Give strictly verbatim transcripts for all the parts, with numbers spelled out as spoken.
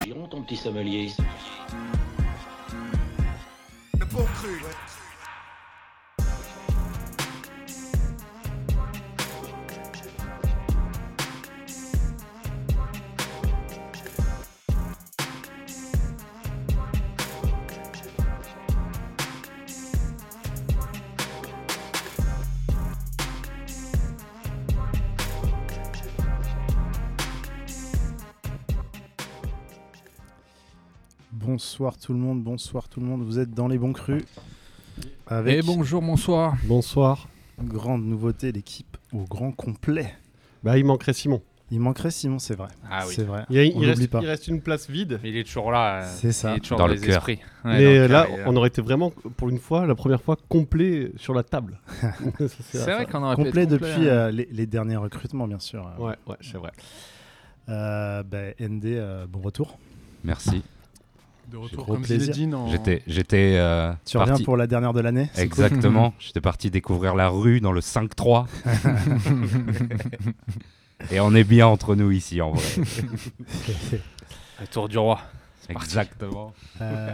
Giron, ton petit sommelier. Le bon cru, ouais. Bonsoir tout le monde, bonsoir tout le monde, vous êtes dans les bons crus avec Et bonjour, bonsoir. Bonsoir. une grande nouveauté, l'équipe au grand complet. Bah, il manquerait Simon. Il manquerait Simon, c'est vrai. Ah oui. C'est vrai. Il, y a- il On l'oublie reste, pas. il reste une place vide. Il est toujours là. euh, C'est ça. Il est toujours Dans dans, le les cœur. esprits. Ouais, dans Mais le là, cœur, il est on aurait été vraiment, pour une fois, la première fois, complet sur la table. Ça, C'est vrai qu'on aurait pu Complet être complet, depuis hein. euh, les, les derniers recrutements, bien sûr. Ouais, ouais, c'est vrai. Euh, bah, N D, euh, bon retour. Merci. De retour gros comme plaisir. Zinedine en... J'étais, j'étais euh, Tu reviens parti. pour la dernière de l'année. c'est cool. Exactement. J'étais parti découvrir la rue dans le cinq trois. Et on est bien entre nous ici, en vrai. Le tour du roi. Exactement. Euh,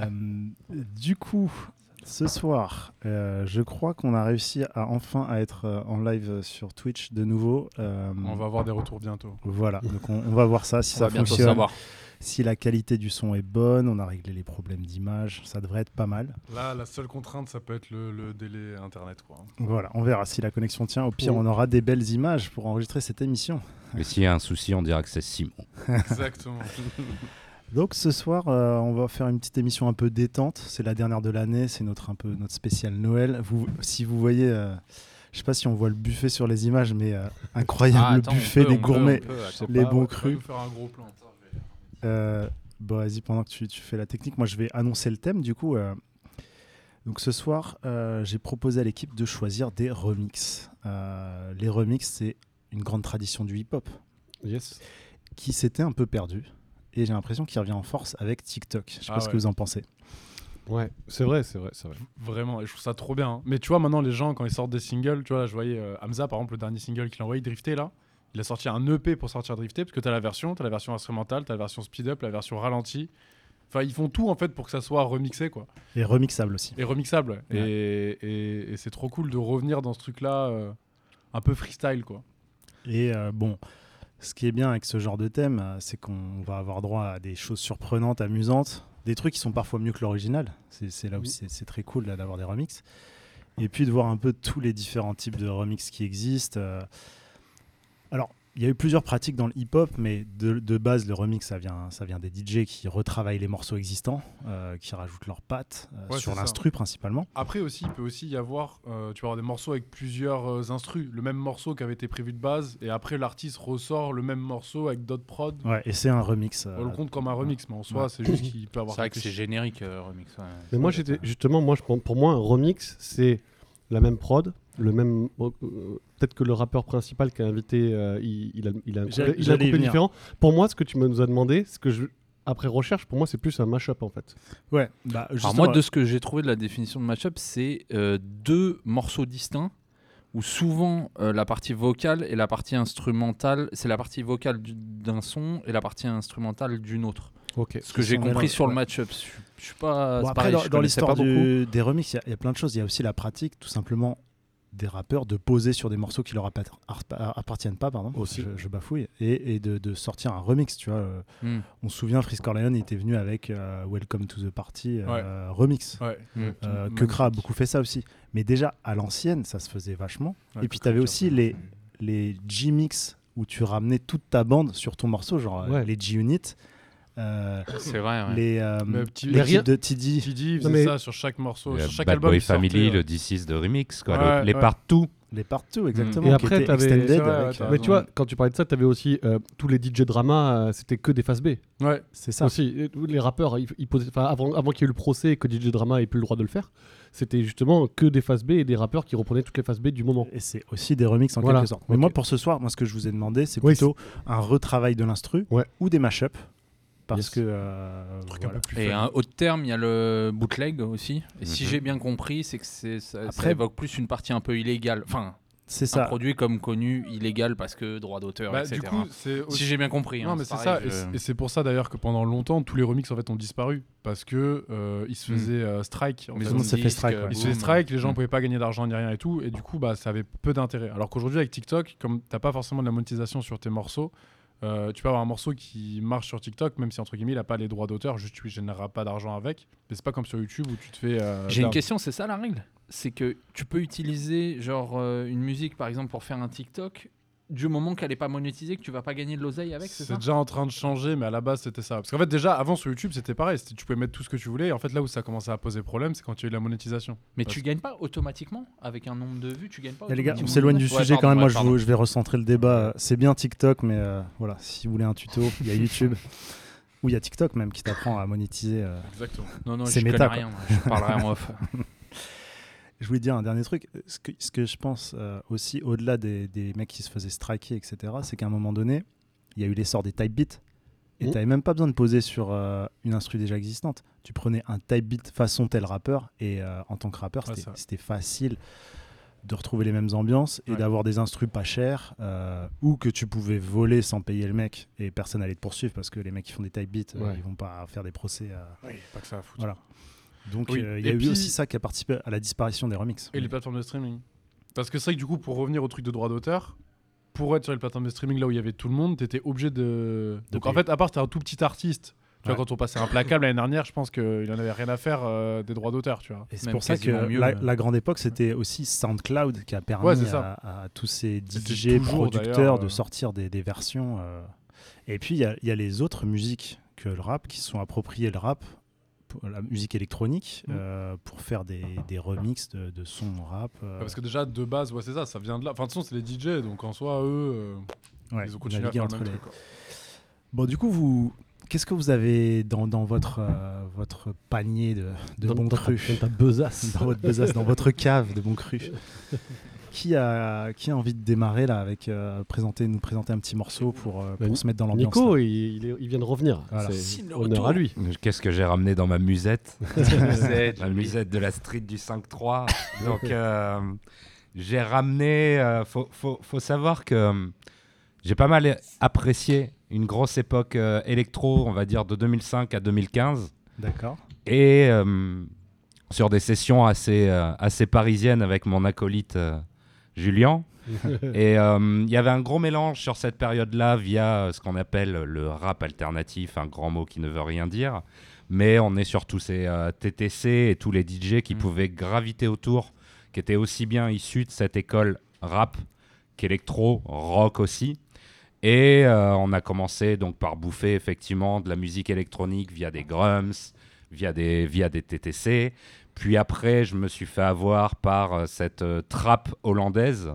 du coup, ce soir, euh, je crois qu'on a réussi à enfin à être euh, en live sur Twitch de nouveau. Euh, On va avoir des retours bientôt. Voilà, donc on, on va voir ça si On ça va bientôt fonctionne. savoir. Si la qualité du son est bonne, on a réglé les problèmes d'image, ça devrait être pas mal. Là, la seule contrainte, ça peut être le, le délai internet, quoi. Voilà, on verra si la connexion tient. Au pire, Oh. on aura des belles images pour enregistrer cette émission. Et s'il y a un souci, on dira que c'est Simon. Exactement. Donc ce soir, euh, on va faire une petite émission un peu détente. C'est la dernière de l'année, c'est notre un peu notre spécial Noël. Vous, si vous voyez, euh, je sais pas si on voit le buffet sur les images, mais euh, incroyable Ah, le attends, on buffet peut, des on peut, gourmets, on peut, attends. Je sais les pas, bons ouais. On va crus. nous faire un gros plan. Euh, bon, vas-y, pendant que tu, tu fais la technique, moi je vais annoncer le thème. Du coup, euh, donc ce soir, euh, j'ai proposé à l'équipe de choisir des remixes. Euh, les remixes, c'est une grande tradition du hip-hop Yes. qui s'était un peu perdue. Et j'ai l'impression qu'il revient en force avec TikTok. Je sais Ah pas ce ouais. que vous en pensez. Ouais, c'est vrai, c'est vrai, c'est vrai. Vraiment, et je trouve ça trop bien. hein. Mais tu vois, maintenant, les gens, quand ils sortent des singles, tu vois, là, je voyais euh, Hamza, par exemple, le dernier single qu'il a envoyé, Drifté, là. Il a sorti un E P pour sortir Drifté, parce que t'as la version, t'as la version instrumentale, t'as la version speed-up, la version ralenti. Enfin, ils font tout, en fait, pour que ça soit remixé, quoi. Et remixable aussi. Et remixable. ouais. Ouais. Et, et, et c'est trop cool de revenir dans ce truc-là, euh, un peu freestyle, quoi. Et euh, bon, ce qui est bien avec ce genre de thème, euh, c'est qu'on va avoir droit à des choses surprenantes, amusantes, des trucs qui sont parfois mieux que l'original. C'est, c'est là où c'est, c'est très cool là, d'avoir des remixes. Et puis de voir un peu tous les différents types de remixes qui existent. Euh, Alors, il y a eu plusieurs pratiques dans le hip-hop, mais de, de base, le remix, ça vient, ça vient des D J qui retravaillent les morceaux existants, euh, qui rajoutent leurs pattes, euh, Ouais, sur c'est l'instru principalement. Après aussi, il peut aussi y avoir, euh, tu vas avoir des morceaux avec plusieurs euh, instrus, le même morceau qui avait été prévu de base, et après l'artiste ressort le même morceau avec d'autres prods. Ouais, et c'est un remix. euh, On le compte comme un remix, mais en soi, Ouais. c'est juste qu'il peut avoir. C'est vrai que quelque c'est chose. générique, euh, remix. ouais. Mais moi, j'étais justement, moi, je, pense- pour moi, un remix, c'est la même prod, le même. euh, Peut-être que le rappeur principal qui a invité, euh, il, il a, il a un J'allais- couplet, il a un j'allais y couplet venir. différent. Pour moi, ce que tu me nous as demandé, ce que je. Après recherche, pour moi, c'est plus un mash-up en fait. Ouais, bah, Alors justement, moi, de ce que j'ai trouvé de la définition de match-up, c'est euh, deux morceaux distincts où souvent euh, la partie vocale et la partie instrumentale, c'est la partie vocale du- d'un son et la partie instrumentale d'une autre. Ok. Ce que Qui j'ai sont compris mélangés, sur le ouais. match-up, je je suis pas. Bon, c'est après, pareil, dans, je dans connaissais l'histoire pas beaucoup. du- des remixes, il y, a- il y a plein de choses. Il y a aussi la pratique, tout simplement, des rappeurs de poser sur des morceaux qui leur appa- ar- appartiennent pas, pardon. Aussi. Je, je bafouille. Et, et de, de sortir un remix, tu vois. Euh, Hmm. On se souvient, Frisk Corleone était venu avec euh, Welcome to the Party euh, remix. Ouais. Hmm. Euh, Magnifique. que Kra a beaucoup fait ça aussi. Mais déjà, à l'ancienne, ça se faisait vachement. Ouais, et puis, Kukra tu avais qui a aussi fait- les, les G-Mix où tu ramenais toute ta bande sur ton morceau, genre euh, Ouais. les G-Unit. Euh, C'est vrai. ouais. les euh, Mais petit- l'équipe rien- de T D. T D Non, faisait mais- ça sur chaque morceau, Il y a sur chaque Bad album. Boy il sortait, Family, ouais. le D six de remix, quoi. Ouais, le- les ouais. partout. Les partout, exactement. Et qui après, étaient t'avais- extended C'est vrai, avec, ouais, t'as euh, Mais tu vois, quand tu parlais de ça, tu avais aussi euh, tous les D J drama, euh, c'était que des phases B. Ouais. c'est ça. Aussi, Et les rappeurs, ils, ils posaient, enfin, avant, avant qu'il y ait eu le procès et que D J Drama ait plus le droit de le faire, c'était justement que des phases B et des rappeurs qui reprenaient toutes les phases B du moment. Et c'est aussi des remixes en Voilà. quelque sorte. Mais Ok. moi, pour ce soir, moi, ce que je vous ai demandé, c'est Oui, plutôt un retravail de l'instru Ouais. ou des mashups. Parce Yes. que. euh, Un truc voilà. un peu plus Et fun. un autre terme, il y a le bootleg aussi. Et si Mhm. j'ai bien compris, c'est que c'est, ça, ça Après- évoque plus une partie un peu illégale. Enfin, C'est un ça. produit comme connu illégal parce que droit d'auteur, Bah, et cetera. du coup, c'est aussi- Si j'ai bien compris. Non, hein, mais c'est pareil, ça, et je- c'est- et c'est pour ça d'ailleurs que pendant longtemps, tous les remixes en fait ont disparu parce que euh, ils se Mm. faisaient euh, strike. En Mais fait. Tout le monde s'est fait disque, strike, ouais. Ils se boum. faisaient strike, les gens Mm. pouvaient pas gagner d'argent ni rien et tout, et du coup, bah, ça avait peu d'intérêt. Alors qu'aujourd'hui, avec TikTok, comme t'as pas forcément de la monétisation sur tes morceaux, euh, tu peux avoir un morceau qui marche sur TikTok, même si entre guillemets il a pas les droits d'auteur, juste tu généreras pas d'argent avec. Mais c'est pas comme sur YouTube où tu te fais. euh, J'ai une d'un- question, c'est ça la règle? C'est que tu peux utiliser genre euh, une musique par exemple pour faire un TikTok du moment qu'elle n'est pas monétisée, que tu vas pas gagner de l'oseille avec, c'est C'est ça? déjà en train de changer, mais à la base c'était ça. Parce qu'en fait, déjà avant sur YouTube c'était pareil, c'était- tu pouvais mettre tout ce que tu voulais. Et en fait, là où ça commençait à poser problème, c'est quand il y a eu la monétisation. Mais Parce- tu gagnes pas automatiquement avec un nombre de vues, tu gagnes pas Et les gars, on automatiquement. s'éloigne du Ouais, sujet pardon, quand même. ouais, Moi, je, pardon. vous- je vais recentrer le débat. C'est bien TikTok, mais euh, voilà, si vous voulez un tuto, il y a YouTube. Ou il y a TikTok même qui t'apprend à monétiser. euh. Exactement. Non, non, C'est je méta, connais quoi. rien, moi, je parlerai en off. Je voulais dire un dernier truc. Ce que, ce que je pense euh, aussi, au-delà des, des mecs qui se faisaient striker, et cetera, c'est qu'à un moment donné, il y a eu l'essor des type beats. Et Mmh. tu n'avais même pas besoin de poser sur euh, une instru déjà existante. Tu prenais un type beat façon tel rappeur, et euh, en tant que rappeur, Ouais, c'était ça. c'était facile de retrouver les mêmes ambiances et Ouais. d'avoir des instrus pas chers, euh, ou que tu pouvais voler sans payer le mec, et personne n'allait te poursuivre parce que les mecs qui font des type beats, euh, Ouais. ils vont pas faire des procès. à- Oui, pas que ça à foutre. Voilà. Donc Oui. euh, il y a Et eu puis- aussi ça qui a participé à la disparition des remixes. Et les plateformes de streaming. Parce que c'est vrai que du coup, pour revenir au truc de droit d'auteur, pour être sur les plateformes de streaming là où il y avait tout le monde, t'étais obligé de. De Donc en payer. fait, à part t'es un tout petit artiste. Tu Ouais. vois, quand on passait Implacable l'année dernière, je pense qu'il en avait rien à faire euh, des droits d'auteur, tu vois. Et c'est Même pour ça que quasiment mieux, la, euh. la grande époque, c'était aussi SoundCloud qui a permis Ouais, c'est ça. à, à tous ces D C'était J, toujours, producteurs d'ailleurs, de euh, sortir des, des versions. euh. Et puis, il y, a- il y a les autres musiques que le rap qui se sont appropriées le rap, pour la musique électronique, Mm. euh, pour faire des, des remixes de, de sons rap. euh. Parce que déjà, de base, ouais, c'est ça, ça vient de là. Enfin, de toute façon, c'est les D J, donc en soi, eux, euh, Ouais, ils ont continué à naviguer faire le entre même les- truc, quoi. Bon, du coup, vous, qu'est-ce que vous avez dans, dans votre, euh, votre panier de, de Dans bons ta- crus Dans ta besace. dans votre besace, dans votre cave de bons crus. Qui a, qui a envie de démarrer là avec euh, présenter, nous présenter un petit morceau pour, euh, pour Bah, se mettre dans l'ambiance Nico, là. il, il est- il vient de revenir. Voilà. C'est Signe le honneur retour. à lui. Qu'est-ce que j'ai ramené dans ma musette Musette, La joli. musette de la street du cinq trois. Donc, euh, j'ai ramené. euh, faut, faut, faut savoir que euh, j'ai pas mal apprécié une grosse époque euh, électro, on va dire de deux mille cinq à deux mille quinze. D'accord. Et euh, sur des sessions assez, euh, assez parisiennes avec mon acolyte euh, Julien. Et euh, il y avait un gros mélange sur cette période-là via euh, ce qu'on appelle le rap alternatif, un grand mot qui ne veut rien dire. Mais on est sur tous ces euh, T T C et tous les D J qui Mm. pouvaient graviter autour, qui étaient aussi bien issus de cette école rap qu'électro, rock aussi. Et euh, on a commencé donc par bouffer effectivement de la musique électronique via des drums, via des, via des T T C. Puis après, je me suis fait avoir par euh, cette euh, trappe hollandaise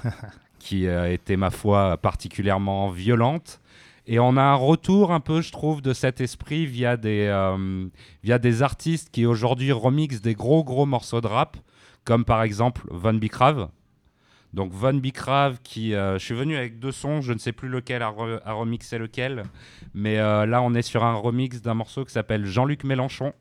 qui euh, était, ma foi, particulièrement violente. Et on a un retour un peu, je trouve, de cet esprit via des, euh, via des artistes qui aujourd'hui remixent des gros, gros morceaux de rap, comme par exemple Von Bicrave. Donc Von Bicrave, qui, euh, je suis venu avec deux sons, je ne sais plus lequel a, re- a remixé lequel, mais euh, là on est sur un remix d'un morceau qui s'appelle Jean-Luc Mélenchon.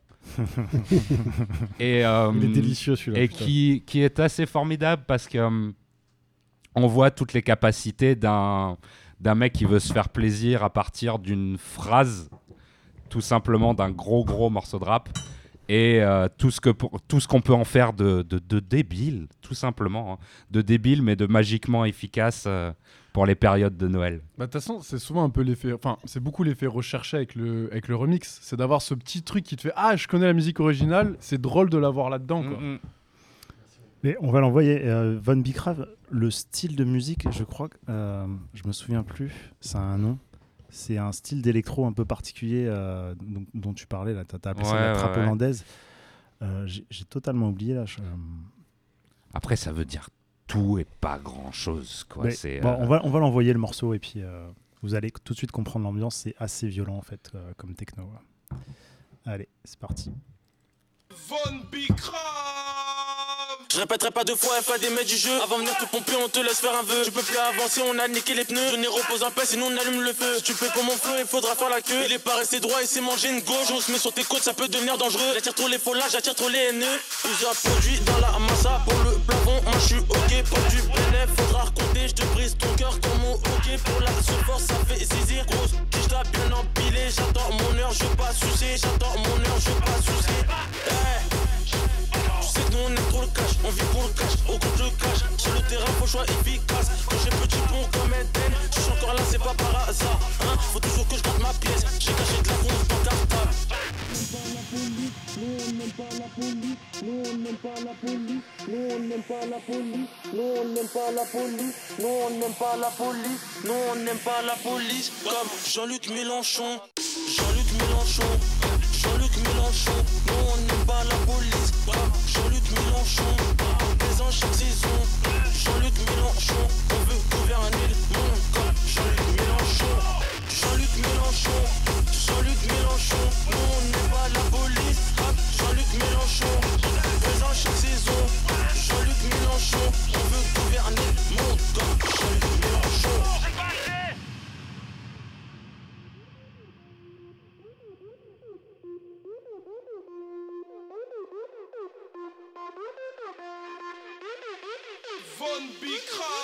et, euh, Il est délicieux celui-là. et putain. qui, qui est assez formidable parce que hum, on voit toutes les capacités d'un d'un mec qui veut se faire plaisir à partir d'une phrase, tout simplement d'un gros gros morceau de rap, et euh, tout ce que pour- tout ce qu'on peut en faire de, de, de débile, tout simplement, hein. De débile mais de magiquement efficace euh, pour les périodes de Noël. Bah, de toute façon, c'est souvent un peu l'effet. Enfin, c'est beaucoup l'effet recherché avec le, avec le remix. C'est d'avoir ce petit truc qui te fait ah, je connais la musique originale, c'est drôle de l'avoir là-dedans, quoi. Mm, mm. Mais on va l'envoyer. Euh, Von Bicrave, le style de musique, je crois que euh, je me souviens plus. Ça a un nom. C'est un style d'électro un peu particulier euh, dont, dont tu parlais là. T'as t'as appelé ça Ouais, la ouais, trappe ouais. hollandaise. Euh, J'ai j'ai totalement oublié là. je- euh, Après, ça veut dire tout et pas grand chose, quoi. mais C'est, bon, euh, on va on va l'envoyer le morceau et puis euh, vous allez tout de suite comprendre l'ambiance. C'est assez violent en fait euh, comme techno. ouais. Allez, c'est parti. Von Bicrave. Je répéterai pas deux fois, F A D met du jeu. Avant de venir te pomper, on te laisse faire un vœu. Tu peux plus avancer, on a niqué les pneus. Johnny repose en paix, sinon on allume le feu. Si tu paies pour mon feu, il faudra faire la queue. Il est pas resté droit, il s'est mangé une gauche. On se met sur tes côtes, ça peut devenir dangereux. J'attire trop les faux là, j'attire trop les haineux. Plusieurs produits dans la massa. Pour le plafond, on je suis ok pour du bénéf. Faudra raconter, je te brise ton cœur comme mon hockey. Pour la force, ça fait zizir. Grosse tige là bien empilée. J'attends mon heure, je veux pas sucer. J'attends mon heure, je veux pas sucer. Hey. Tu sais que nous on aime trop le cash, on vit pour le cash, au compte le cash. Sur le terrain, faut choix efficace. Quand j'ai petit pont comme Eden, je suis encore là, c'est pas par hasard. Hein, faut toujours que je garde ma pièce. J'ai caché de la ronde dans cartable. Nous on n'aime pas la police, nous on n'aime pas la police, nous on n'aime pas la police, nous on n'aime pas la police, nous on n'aime pas la police, nous on n'aime pas la police. Comme Jean-Luc Mélenchon, Jean-Luc Mélenchon, Jean-Luc Mélenchon. Nous on n'aime pas la police. Comme Jean-Luc Mélenchon, présent chaque saison. Jean-Luc Mélenchon, on veut gouverner le monde. Comme Jean-Luc Mélenchon, Jean-Luc Mélenchon, Jean-Luc Mélenchon. Nous on n'aime pas la police. Comme Jean-Luc Mélenchon, présent chaque saison. Jean-Luc Mélenchon, on veut gouverner le monde. Comme Jean-Luc Mélenchon. Von Bikra.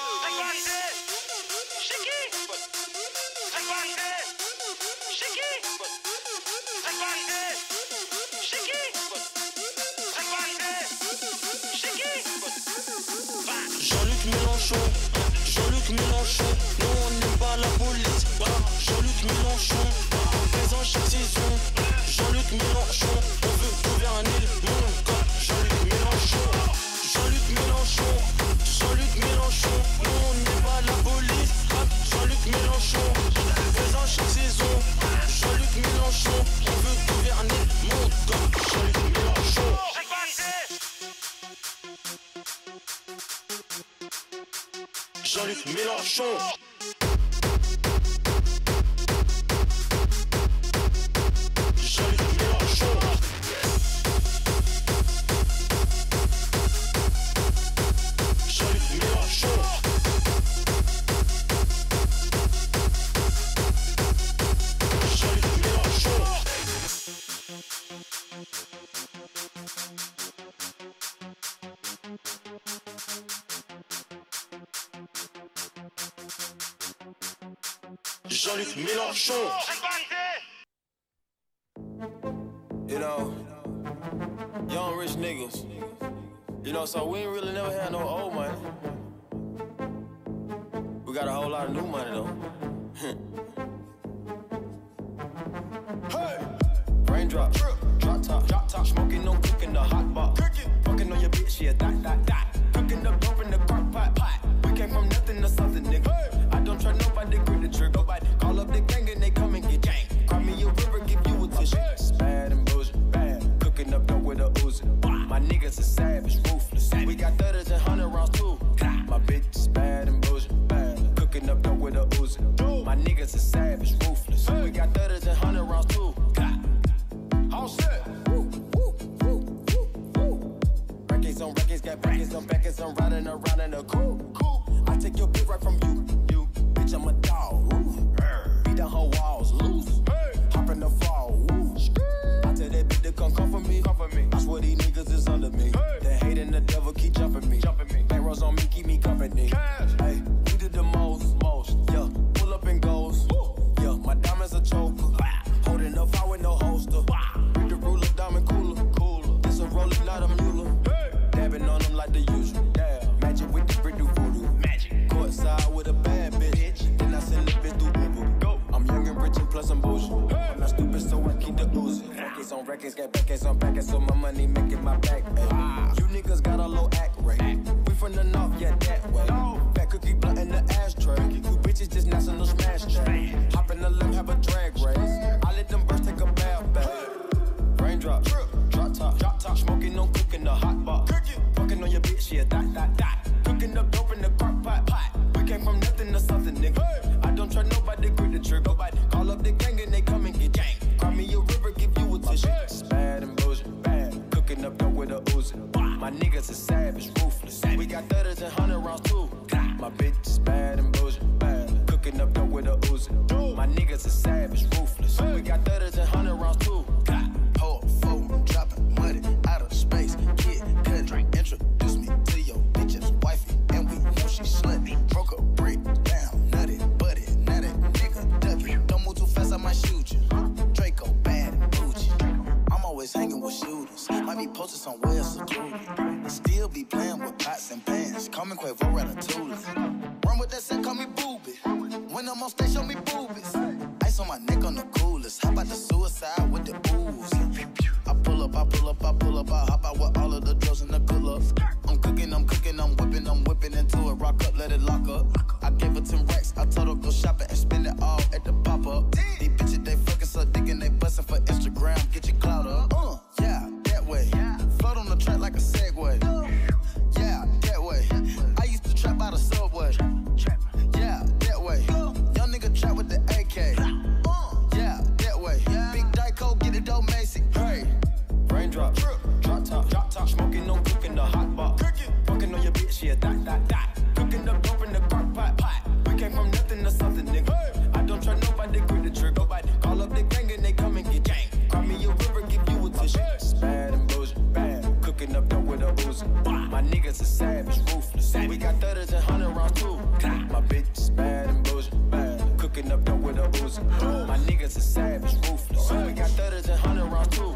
Jean-Luc Mélenchon, Jean-Luc Mélenchon, nous on n'aime pas la police. Jean-Luc Mélenchon, présent chaque saison. Jean-Luc Mélenchon, on veut gouverner le monde. Comme Jean-Luc Mélenchon, Jean-Luc Mélenchon, Jean-Luc Mélenchon, nous on n'aime pas la police. Jean-Luc Mélenchon, présent chaque saison. Jean-Luc Mélenchon, on veut gouverner le monde. Comme Jean-Luc Mélenchon. Jean-Luc Mélenchon. Jean-Luc Mélenchon. Jean-Luc Mélenchon. Jean-Luc Mélenchon. Jean-Luc Mélenchon. You know, young rich niggas. You know, so we ain't really never had no old money. We got a whole lot of new money though. Hey! Raindrop, drop top, drop top, smoking, no cooking, the hot pot. Fucking on your bitch, yeah, that, that, that. Cooking up dope in the crock pot, pot. We came from nothing to something, nigga. Hey. I don't try nobody, grip the trigger. Nobody call up the gang and they come and get gang. Cry me a river, give you a tissue. Hey. It's bad and bullshit, bad. Cooking up dope with a Uzi. My niggas are savage, ruthless. We got thudders and hundred rounds too. My bitch is bad and bullshit, bad. Cooking up dope with a Uzi. My niggas are savage, ruthless. We got thudders and hundred rounds too. All set. Records on records, got records on records. I'm riding around in a coupe. I take your bitch right from you. You, bitch, I'm a dog. Ooh. Beat the whole walls loose. Hop in the fall. Ooh. I tell that bitch to come come for me. Come for me. I swear these niggas is under me. The hate and the devil keep jumping me. Jumping me. Back rows on me, keep me company. Hey, we did the most, most. Yeah, pull up and goes. Yeah, my diamonds a choker. Holding up fire with no holster. Read the ruler, diamond cooler. Cooler. This a roller, not a mule. Dabbing on them like the usual. Yeah. Magic with the brick do voodoo. Magic. Courtside with a bad bitch. Then I send the bitch through Uber. Go. I'm young and rich and plus I'm bullshit. I'm not stupid, so I keep the Uzi. Records on records, got backers on backers, so my money making my back. Ay. You niggas got a low act rate. We from the north, yeah, that way. Fat cookie blunt in the ashtray. You bitches just national smash track. Hop in the limb, have a drag race. I let them birds take a bath bath. Raindrop, drop top, drop top, smoking, no cooking, the hot pot. Fucking on your bitch, yeah, that, that, that. Cooking up dope in the crock pot, pot. We came from nothing to something, nigga. I don't try nobody, grip the trigger. Nobody call up the gang and they come and get gang. Cry me a river, give you a tissue. It's bad and bullshit, bad. Cooking up dope with a Uzi. My niggas are savage, ruthless. We got thudders and hundred rounds too. My bitch is bad and bullshit, bad. Cooking up dope with a Uzi. My niggas are savage, ruthless. We got thudders and hundred rounds too. Pour phone, dropping money out of space. Kid, cut, introduce me to your bitch's wife. be posted somewhere secluded. And still be playing with pots and pans. Call me Quavo Ratatouille. Run with that set, call me Booby. When I'm on stage, show me boobies. Ice on my neck on the coolest. How about the suicide with the booze? I pull up, I pull up, I pull up, I hop out with all of the drugs and the good luck. I'm cooking, I'm cooking, I'm whipping, I'm whipping into it. Rock up, let it lock up. I gave her ten racks, I told her go shopping and spend it all at the pop up. These bitches, they fucking so dick and they bustin' for Instagram. Get your clout up. Uh, yeah, that way. Float on the track like a Segway. Yeah, that way. I used to trap by the subway. Yeah, that way. Young nigga trap with the A K. Yeah, that way. Big Dyko, get it though, Macy. Hey. Raindrop, drop top, drop top, smoking, no cooking the hot pot. Fucking on your bitch, yeah, that, that, that. Cooking the dope in the crock pot, pot. We came from nothing to something, nigga. I don't try nobody, grip the trigger. Nobody call up the gang and they come and get gang. Cry me a river, give you a tissue. Bad and bullshit, bad. Cooking up dope with a booze. My niggas are savage, ruthless. We got thudders and hundred rounds too. My bitch is bad and bullshit, bad. Cooking up dope with a booze. My niggas are savage, ruthless. We got thudders and hundred rounds too.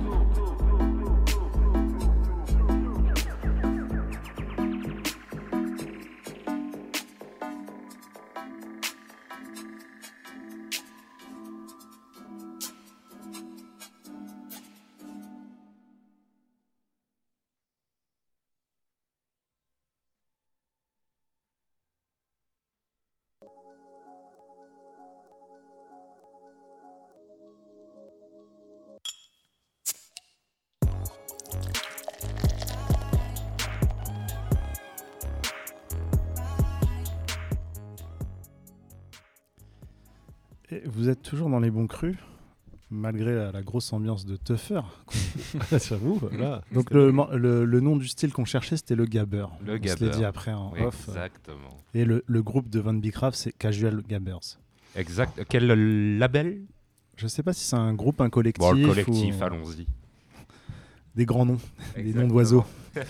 Et vous êtes toujours dans les bons crus, malgré la, la grosse ambiance de Tougher. J'avoue, là. Donc le, le, le nom du style qu'on cherchait, c'était le Gabber. Le On Gabber. se l'est dit après en Oui, off. exactement. Et le, le groupe de Von Bicraft, c'est Casual Gabbers. Exact. Quel label? Je sais pas si c'est un groupe, un collectif. Bon, le collectif, ou... allons-y. Des grands noms, Exactement. des noms d'oiseaux.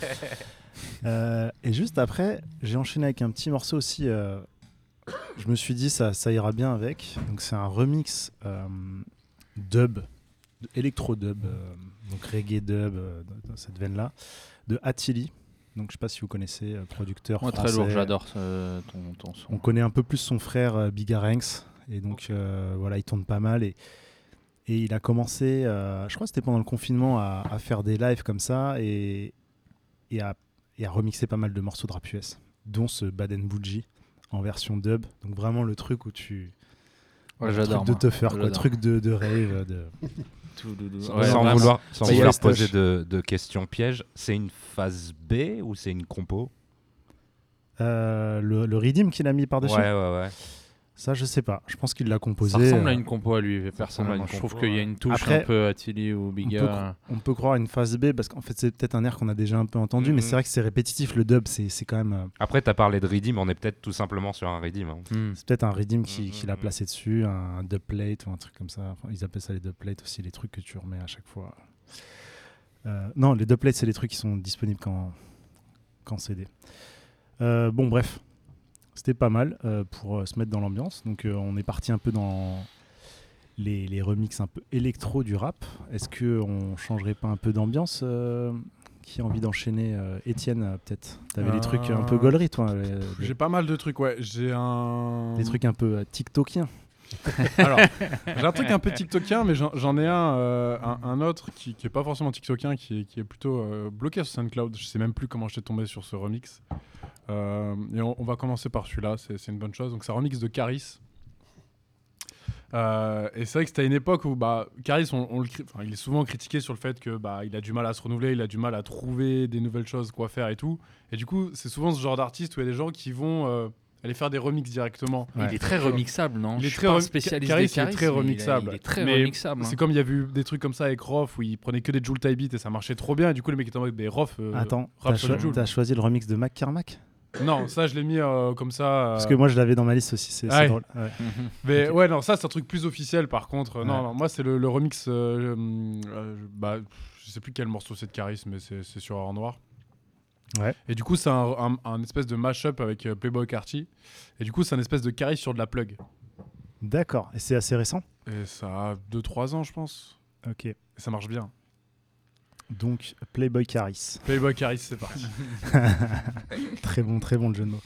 euh, et juste après, j'ai enchaîné avec un petit morceau aussi. Euh, je me suis dit, ça, ça ira bien avec. Donc, c'est un remix euh, dub, électro-dub, euh, donc reggae dub, euh, dans cette veine-là, de Attili. Donc, je sais pas si vous connaissez, euh, producteur Moi, français. très lourd, j'adore ce, ton, ton son. On connaît un peu plus son frère euh, Bigarenx. Et donc, euh, voilà, il tourne pas mal. Et, et il a commencé, euh, je crois que c'était pendant le confinement, à, à faire des lives comme ça et, et, à, et à remixer pas mal de morceaux de rap U S, dont ce Bad and Bougie en version dub. Donc, vraiment le truc où tu. Ouais, le j'adore. truc de moi. Tougher, quoi. J'adore. Truc de, de rave. De... Tout, tout, tout. Sans, Ouais, sans vraiment. vouloir, sans Bah, il y a vouloir le poser stash. de, de questions pièges, c'est une phase B ou c'est une compo? Euh, le, le Redeem qu'il a mis par-dessus. Ouais, ouais, ouais. Ça, je sais pas. Je pense qu'il l'a composé. Ça ressemble euh, à une compo à lui, ressemble à personnellement. une Je trouve compo, qu'il y a ouais. une touche Après, un peu Attili ou On peut, Biga. on peut croire à une phase B parce qu'en fait c'est peut-être un air qu'on a déjà un peu entendu, Mhm. mais c'est vrai que c'est répétitif. Le dub, c'est, c'est quand même euh, Après, t'as parlé de Redeem, on est peut-être tout simplement sur un Redeem. Hein. Hmm. c'est peut-être un Redeem qui, Mhm, qui l'a mhm. placé dessus, un, un dub plate ou un truc comme ça. Enfin, ils appellent ça les dub plates aussi, les trucs que tu remets à chaque fois. Euh, non, les dub plates, c'est les trucs qui sont disponibles qu'en, qu'en C D. Euh, bon, bref, c'était pas mal euh, pour euh, se mettre dans l'ambiance. Donc, euh, on est parti un peu dans les, les remixes un peu électro du rap. Est-ce qu'on changerait pas un peu d'ambiance euh, Qui a envie d'enchaîner euh, Étienne, euh, peut-être. T'avais des Euh, trucs un peu gaulerie, toi. les- les- J'ai pas mal de trucs, ouais. J'ai un. Des trucs un peu euh, TikTokiens. Alors, j'ai un truc un peu TikTokien, mais j'en, j'en ai un, euh, un, un autre qui, qui est pas forcément TikTokien, qui est, qui est plutôt euh, bloqué sur SoundCloud. Je sais même plus comment j'étais tombé sur ce remix. Euh, et on, on va commencer par celui-là, c'est, c'est une bonne chose. Donc, c'est un remix de Caris. Euh, et c'est vrai que c'était à une époque où bah, Caris, on, on le cri- enfin, il est souvent critiqué sur le fait que bah, il a du mal à se renouveler, il a du mal à trouver des nouvelles choses, quoi faire et tout. Et du coup, c'est souvent ce genre d'artiste où il y a des gens qui vont euh, aller faire des remixes directement. Ouais. Il est très remixable, non Il est Je suis très pas un rem- spécialiste Caris, des il est Caris, très mais il est- remixable. Il est très Mais remixable. C'est hein. comme il y a eu des trucs comme ça avec Rof où il prenait que des Joule Type Beat et ça marchait trop bien. Et du coup, les mecs étaient en mode, mais Rof, euh, Attends, rap t'as, sur cho- le Joule. t'as choisi le remix de Mac Carmack Non, ça, je l'ai mis euh, comme ça. euh, Parce que moi, je l'avais dans ma liste aussi. C'est, c'est Ouais. drôle. Ouais. Mhm. Mais Ok. ouais, non, ça, c'est un truc plus officiel par contre. Euh, Non, Ouais. non, moi, c'est le, le remix. euh, euh, je- bah, je sais plus quel morceau c'est de Caris, mais c'est, c'est sur Or Noir. Ouais. Et du coup, c'est un, un- un espèce de mash-up avec euh, Playboy Carty. Et du coup, c'est un espèce de Caris sur de la plug. D'accord. Et c'est assez récent. Et ça a deux trois ans, je pense. Ok. Et ça marche bien. Donc, Playboy Caris. Playboy Caris, c'est parti. Très bon, très bon le jeu de mots.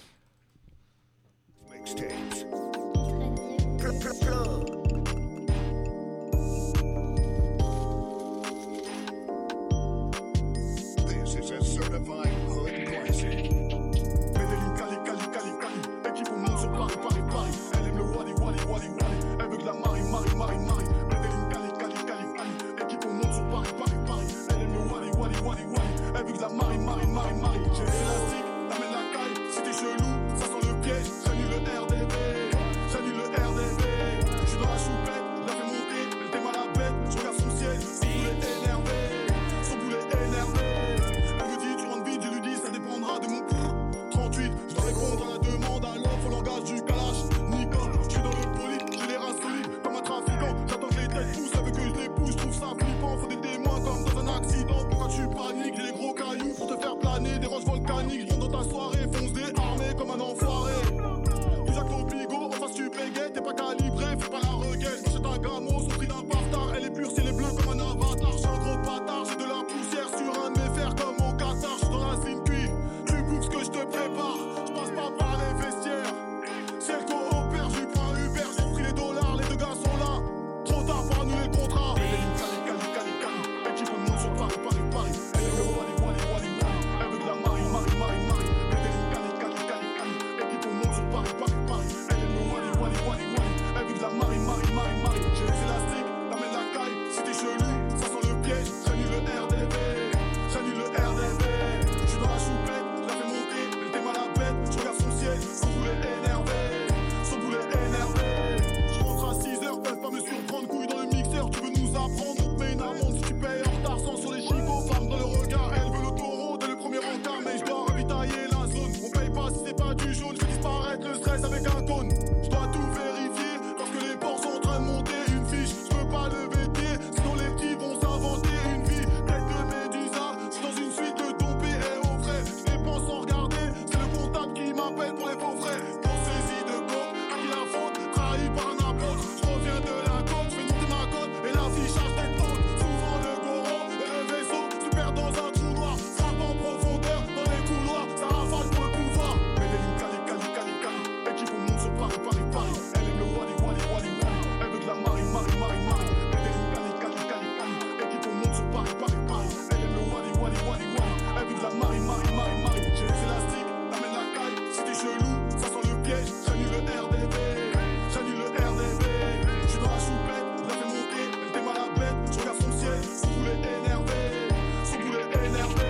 This is a certified hood classic. Medellin, Cali, Cali, Cali, Cali. Équipe au monde sur Paris, Paris, Paris. Elle aime le Wally, Wally, Wally, Wally. Elle veut de la Marie, Marie, Marie, Marie. Medellin, Cali, Cali, Cali, Cali. Équipe au monde sur Paris, Paris, Paris. Elle aime le Wally, Wally, Wally, Wally. Elle veut de la Marie, Marie, Marie, Marie. J'ai l'élastique, t'amènes la caille. Si t'es chelou, ça sent le piège. J'annule le R D V. J'annule le R D V. J'suis dans la choupette, je la fais monter. Elle démarre la bête, je regarde son ciel. Son boulet énervé, son boulet énervé. Elle me dit, tu rentres vite, je lui dis, ça dépendra de mon trente-huit. Je dois répondre à la demande, à l'offre, au langage du Kalash. Nicole, je suis dans le poli, j'ai les reins solides comme un trafiquant. J'attends que les têtes poussent, elle veut que je les pousse. Je trouve ça flippant, faut des témoins comme dans un accident. Pourquoi tu paniques, j'ai les gros cailloux pour te faire planer. Des roches volcaniques, je rentre dans ta soirée, fonce des armées comme un enfoiré. Du Jacques Lopigo, en face tu pégais, t'es pas calibré, fais pas la reguette. J'achète un gamo, son prix d'un bâtard. Elle est pure, c'est les bleus comme un avatar. J'ai un gros bâtard, j'ai de la poussière sur un de mes fers comme au Qatar. J'suis dans la zine cuit, tu bouffes ce que je te prépare. J'passe pas par les vestiaires. Si elle coopère, j'lui prends un Uber, j'ai pris les dollars, les deux gars sont là. Trop tard pour annuler le contrat. Medellin, Cali, Cali, Cali, Cali. Équipe au monde sur Paris, Paris, Paris. Elle aime le Wally, Wally, Wally, Wally. Elle veut de la Marie, Marie, Marie, Marie. Medellin, Cali, Cali, Cali, Cali. Équipe au monde sur Paris, Paris, Paris. Elle aime le Wally, Wally, Wally, Wally. Elle veut de la Marie, Marie, Marie, Marie. J'ai les élastiques, t'amènes la caille. Si t'es chelou, ça sent le piège. J'annule le R D V. J'annule le R D V. J'suis dans la choupette, je la fais monter. Elle démarre la bête, je regarde son ciel. Son boulet énervé, son boulet énervé. Je rentre à six heures, peuvent pas me surprendre. Couille dans le mixeur, tu veux nous apprendre. On te met une amende si tu payes en retard. Sans sur les chicots, femme dans le regard. Elle veut le taureau dès le premier encart. Mais je dois ravitailler la zone. On paye pas si c'est pas du jaune. Je fais disparaître le stress avec un cône. Je dois tout vérifier parce que les porcs sont en train de monter une fiche. Je peux pas le vêter, sinon les petits vont s'inventer une vie. Tête de Médusa, je suis dans une suite de dompés et au frais. Je dépense sans regarder, c'est le comptable qui m'appelle pour les faux frais. Pour saisie de coke, à qui la faute, trahi par un apôtre. Je reviens de la côte, je fais monter ma côte et l'affichage d'être haute. Souvent le goron et le vaisseau se perd dans un trou noir. Frappe en profondeur dans les couloirs, ça rafale pour le pouvoir. Medellin, Cali, Cali, Cali, Cali. Équipe au monde sur Paris, Paris, Paris. Elle aime le Wally, Wally, Wally, Wally. Elle veut de la Marie, Marie, Marie, Marie. Medellin, Cali, Cali, Cali, Cali. Équipe au monde sur Paris, Paris, Paris. Elle aime le Wally, Wally, Wally, Wally. Elle veut de la Marie, Marie, Marie, Marie. J'ai les élastiques, t'amènes la caille. Si t'es chelou, ça sent le piège. J'annule le R D V. J'annule le R D V. J'suis dans la choupette, je la fais monter. Elle démarre la bête, je regarde son ciel. Son boulet énervé, son boulet énervé.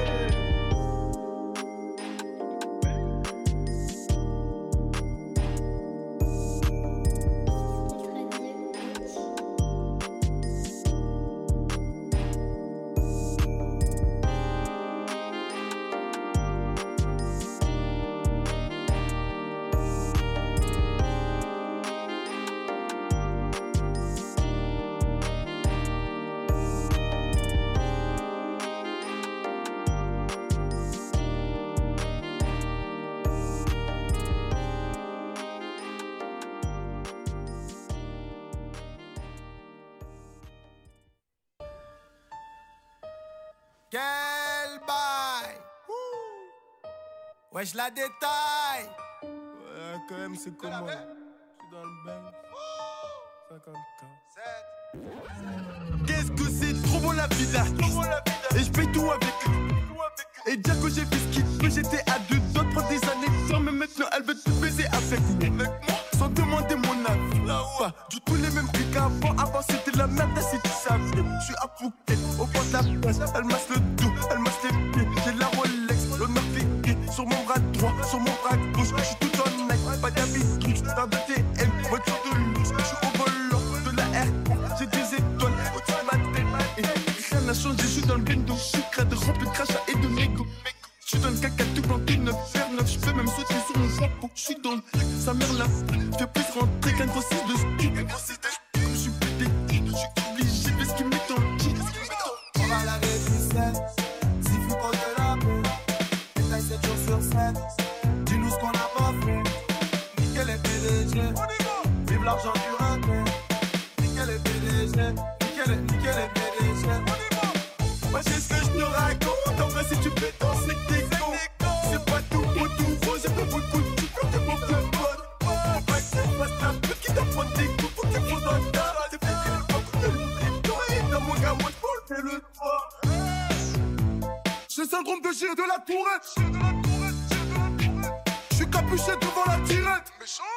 Quel bail! Wesh la détaille! Ouais, quand même c'est comment? Je suis dans le bain. cinquante K. Qu'est-ce que c'est trop bon la vie d'artiste. Et je paye tout avec eux. Et dire que j'ai fait ce qu'il peut, j'étais à deux doigts de prendre des années de temps. Mais maintenant elle veut tout baiser avec moi. Sans demander mon avis. Pas du tout les mêmes prix qu'avant. Avant c'était de la merde, là si tu savais. Je suis à Phuket, au bord de la place. Elle masse le dos, elle masse les pieds. J'ai la Rolex, l'honneur figué. Sur mon bras droit, sur mon bras gauche. Je suis tout en Nike, pas d'habitude. T'as de T M, voiture de luxe. Je suis au volant de la R. J'ai des étoiles au-dessus de ma tête. Et rien n'a changé, je suis dans le bendo. Je suis crade, rempli de crachats et de mégots. Je suis dans le caca tout planté, neuf vers neuf. Je peux même sauter sur mon chapeau. Je suis dans le sa mère là. Fais plus rentrer qu'un gros six de ski. Comme je suis pété, je suis obligé. Fais ce qui met en qui. On va la réticence. Si vous comptez la paix. Détail sept jours sur sept. Dis-nous ce qu'on a pas fait. Nickel les P D G. Vive l'argent du racket. Nickel les P D G. Nickel les P D G. Moi j'ai ce que je te raconte, en vrai si tu fais ton c'est que t'es con. C'est pas tout beau, tout rose, j'ai pas beaucoup de tout quand t'es mon plus pote. Faut pas que c'est pas ta pute qui doit prendre des coups, faut qu'il faut dans le tas. C'est fait qu'il est pas cool de l'oublier, dans mon gars, moi je peux le toit. J'ai le syndrome de Gilles de la Tourette. J'suis capuché devant la tirette.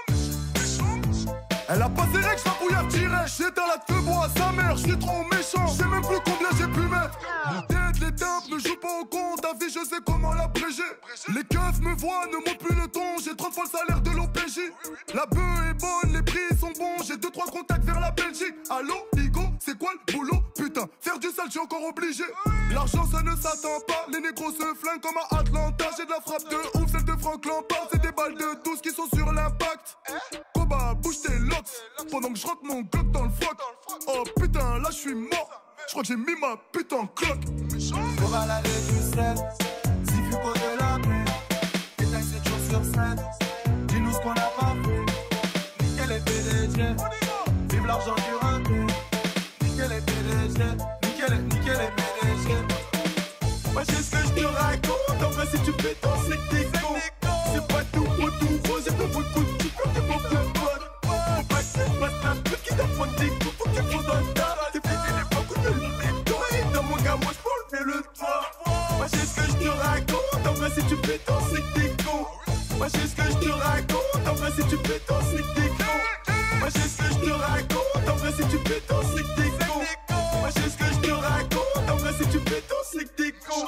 Elle a pas ses règles, j'la bouillard direct. J'éteins la te bois à sa mère, j'suis trop méchant. J'sais même plus combien j'ai pu mettre. Tête, les tempes ne jouent pas au compte. Ta vie, je sais comment l'abréger. Les keufs me voient, ne montent plus le ton. J'ai trente fois le salaire de l'O P J. La bœuf est bonne, les prix sont bons. J'ai deux trois contacts vers la Belgique. Allô, Igo, c'est quoi le boulot? Putain, faire du sale, j'suis encore obligé. L'argent, ça ne s'attend pas. Les négros se flinguent comme à Atlanta. J'ai de la frappe de ouf, celle de Franck Lampard. C'est des balles de douze qui sont sur l'impact. Koba, bouge tes locks. Pendant que je rentre mon glock dans le froc. Oh putain, là je suis mort. Je crois que j'ai mis ma pute en cloque. On va la du sel. Si Fugo de la paix. Détail sept jours sur sept. Dis-nous ce qu'on a pas fait. Nickel les P D G. Vive l'argent du raté. Nickel les P D G. Nickel, nickel les P D G. Moi j'ai ce que je te raconte. En vrai si tu fais ton c'est que t'es con. C'est pas tout beau, tout rose. J'ai pas beaucoup de tout quand t'es mon plus pote. C'est pas ta pute qui doit prendre des coups, faut qu'il faut dans le tas. C'est fait qu'il est pas cool de l'oublier. Dans mon gars, moi je peux le toit. Moi j'ai ce que je te raconte, en vrai si tu fais ton c'est que t'es con. Moi j'ai ce que je te raconte, en vrai si tu fais ton c'est que t'es con. Moi j'ai ce que je te raconte, en vrai si tu fais ton c'est que t'es con. Moi j'ai ce que je te raconte, en vrai si tu fais ton c'est que t'es con.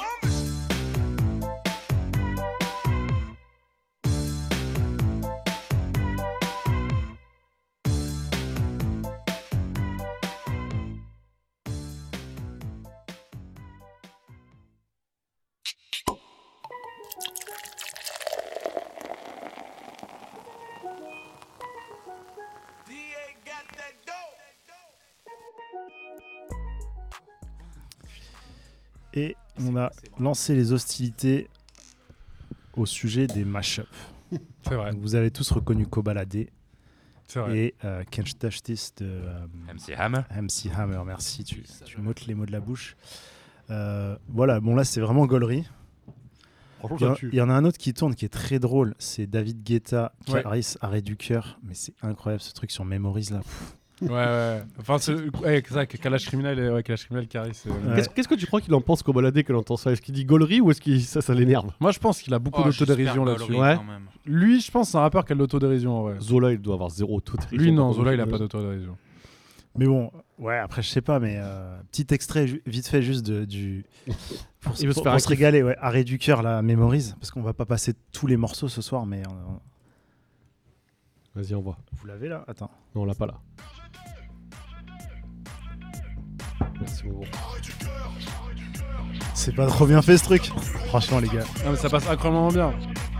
Et on a lancé les hostilités au sujet des mashups. C'est vrai. Donc vous avez tous reconnu Kobalade C'est vrai. et euh, Can't Touch This de euh, M C Hammer. M C Hammer, merci, tu, tu m'ôtes les mots de la bouche. Euh, voilà, bon là c'est vraiment gaulerie. Franchement, Il y, ça en, tue. il y en a un autre qui tourne qui est très drôle, c'est David Guetta, Ouais. Caris, Arrêt du cœur. Mais c'est incroyable ce truc sur Memories là. Pff. Ouais, ouais. Enfin, c'est ouais, c'est ça, que Kalash Criminel et ouais, Kalash Criminel Caris. c'est- Ouais. Qu'est-ce qu'est-ce que tu crois qu'il en pense Kobalade quand il entend ça? Est-ce qu'il dit gaulerie ou est-ce que ça, ça l'énerve? Moi, je pense qu'il a beaucoup Oh, d'autodérision j'espère là-dessus. gaulerie, Ouais. quand même. Lui, je pense, c'est un rappeur qui a de l'autodérision en vrai. Zola, il doit avoir zéro autodérision. Lui, non, Zola, il a pas d'autodérision. Mais bon, ouais, après je sais pas, mais euh, petit extrait ju- vite fait juste de, du. Pour, Il veut se pour- faire pour un se kiff. régaler, ouais. Arrêt du cœur, là, Memories, parce qu'on va pas passer tous les morceaux ce soir, mais. euh, Vas-y, envoie. vous l'avez là? Attends. Non, on l'a pas là. Merci, mon gros. C'est pas trop bien fait ce truc. Franchement, les gars. Non, mais ça passe incroyablement bien.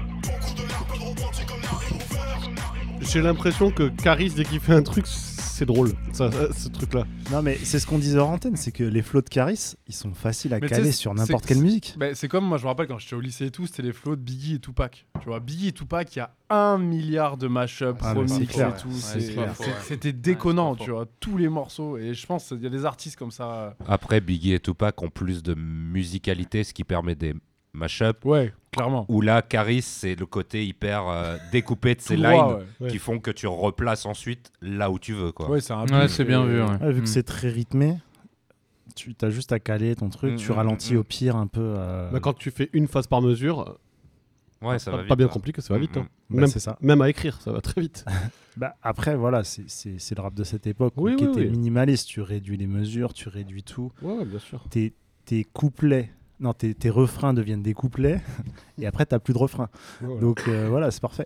J'ai l'impression que Caris, dès qu'il fait un truc, c'est drôle, ça, ça, ce truc-là. Non, mais c'est ce qu'on disait hors antenne, c'est que les flots de Caris, ils sont faciles à Mais caler tu sais, sur c'est- n'importe c'est- quelle musique. Bah, c'est comme moi, je me rappelle quand j'étais au lycée et tout, c'était les flots de Biggie et Tupac. Tu vois, Biggie et Tupac, il y a un milliard de mashups, Ah, mais c'est remix clair. et tout. Ouais, c'est- c'est pas faux, c'est- ouais. C'était déconnant, Ouais, c'est pas tu faux. vois, tous les morceaux. Et je pense qu'il y a des artistes comme ça. Après, Biggie et Tupac ont plus de musicalité, ce qui permet des mashups. Ouais, clairement. Où là, Caris, c'est le côté hyper euh, découpé de ses Tout lines droit, ouais. Ouais. qui font que tu replaces ensuite là où tu veux. Quoi. Ouais, c'est un Ouais, beat c'est et- bien vu. Ouais. Ouais, vu que Mm. c'est très rythmé, tu as juste à caler ton truc, Mm, tu mm, ralentis mm. au pire un peu. euh, Bah, quand tu fais une phase par mesure, Ouais, ça pas, va pas vite, bien hein. compliqué, ça va vite. hein. bah, même, c'est ça. même à écrire, ça va très vite. Bah, après, voilà, c'est- c'est c'est le rap de cette époque Oui, qui oui, était oui. minimaliste. Tu réduis les mesures, tu réduis tout. Ouais, ouais, bien sûr. Tes, tes couplets, non, tes, tes refrains deviennent des couplets, et après, t'as plus de refrains. Ouais, voilà. Donc euh, voilà, c'est parfait.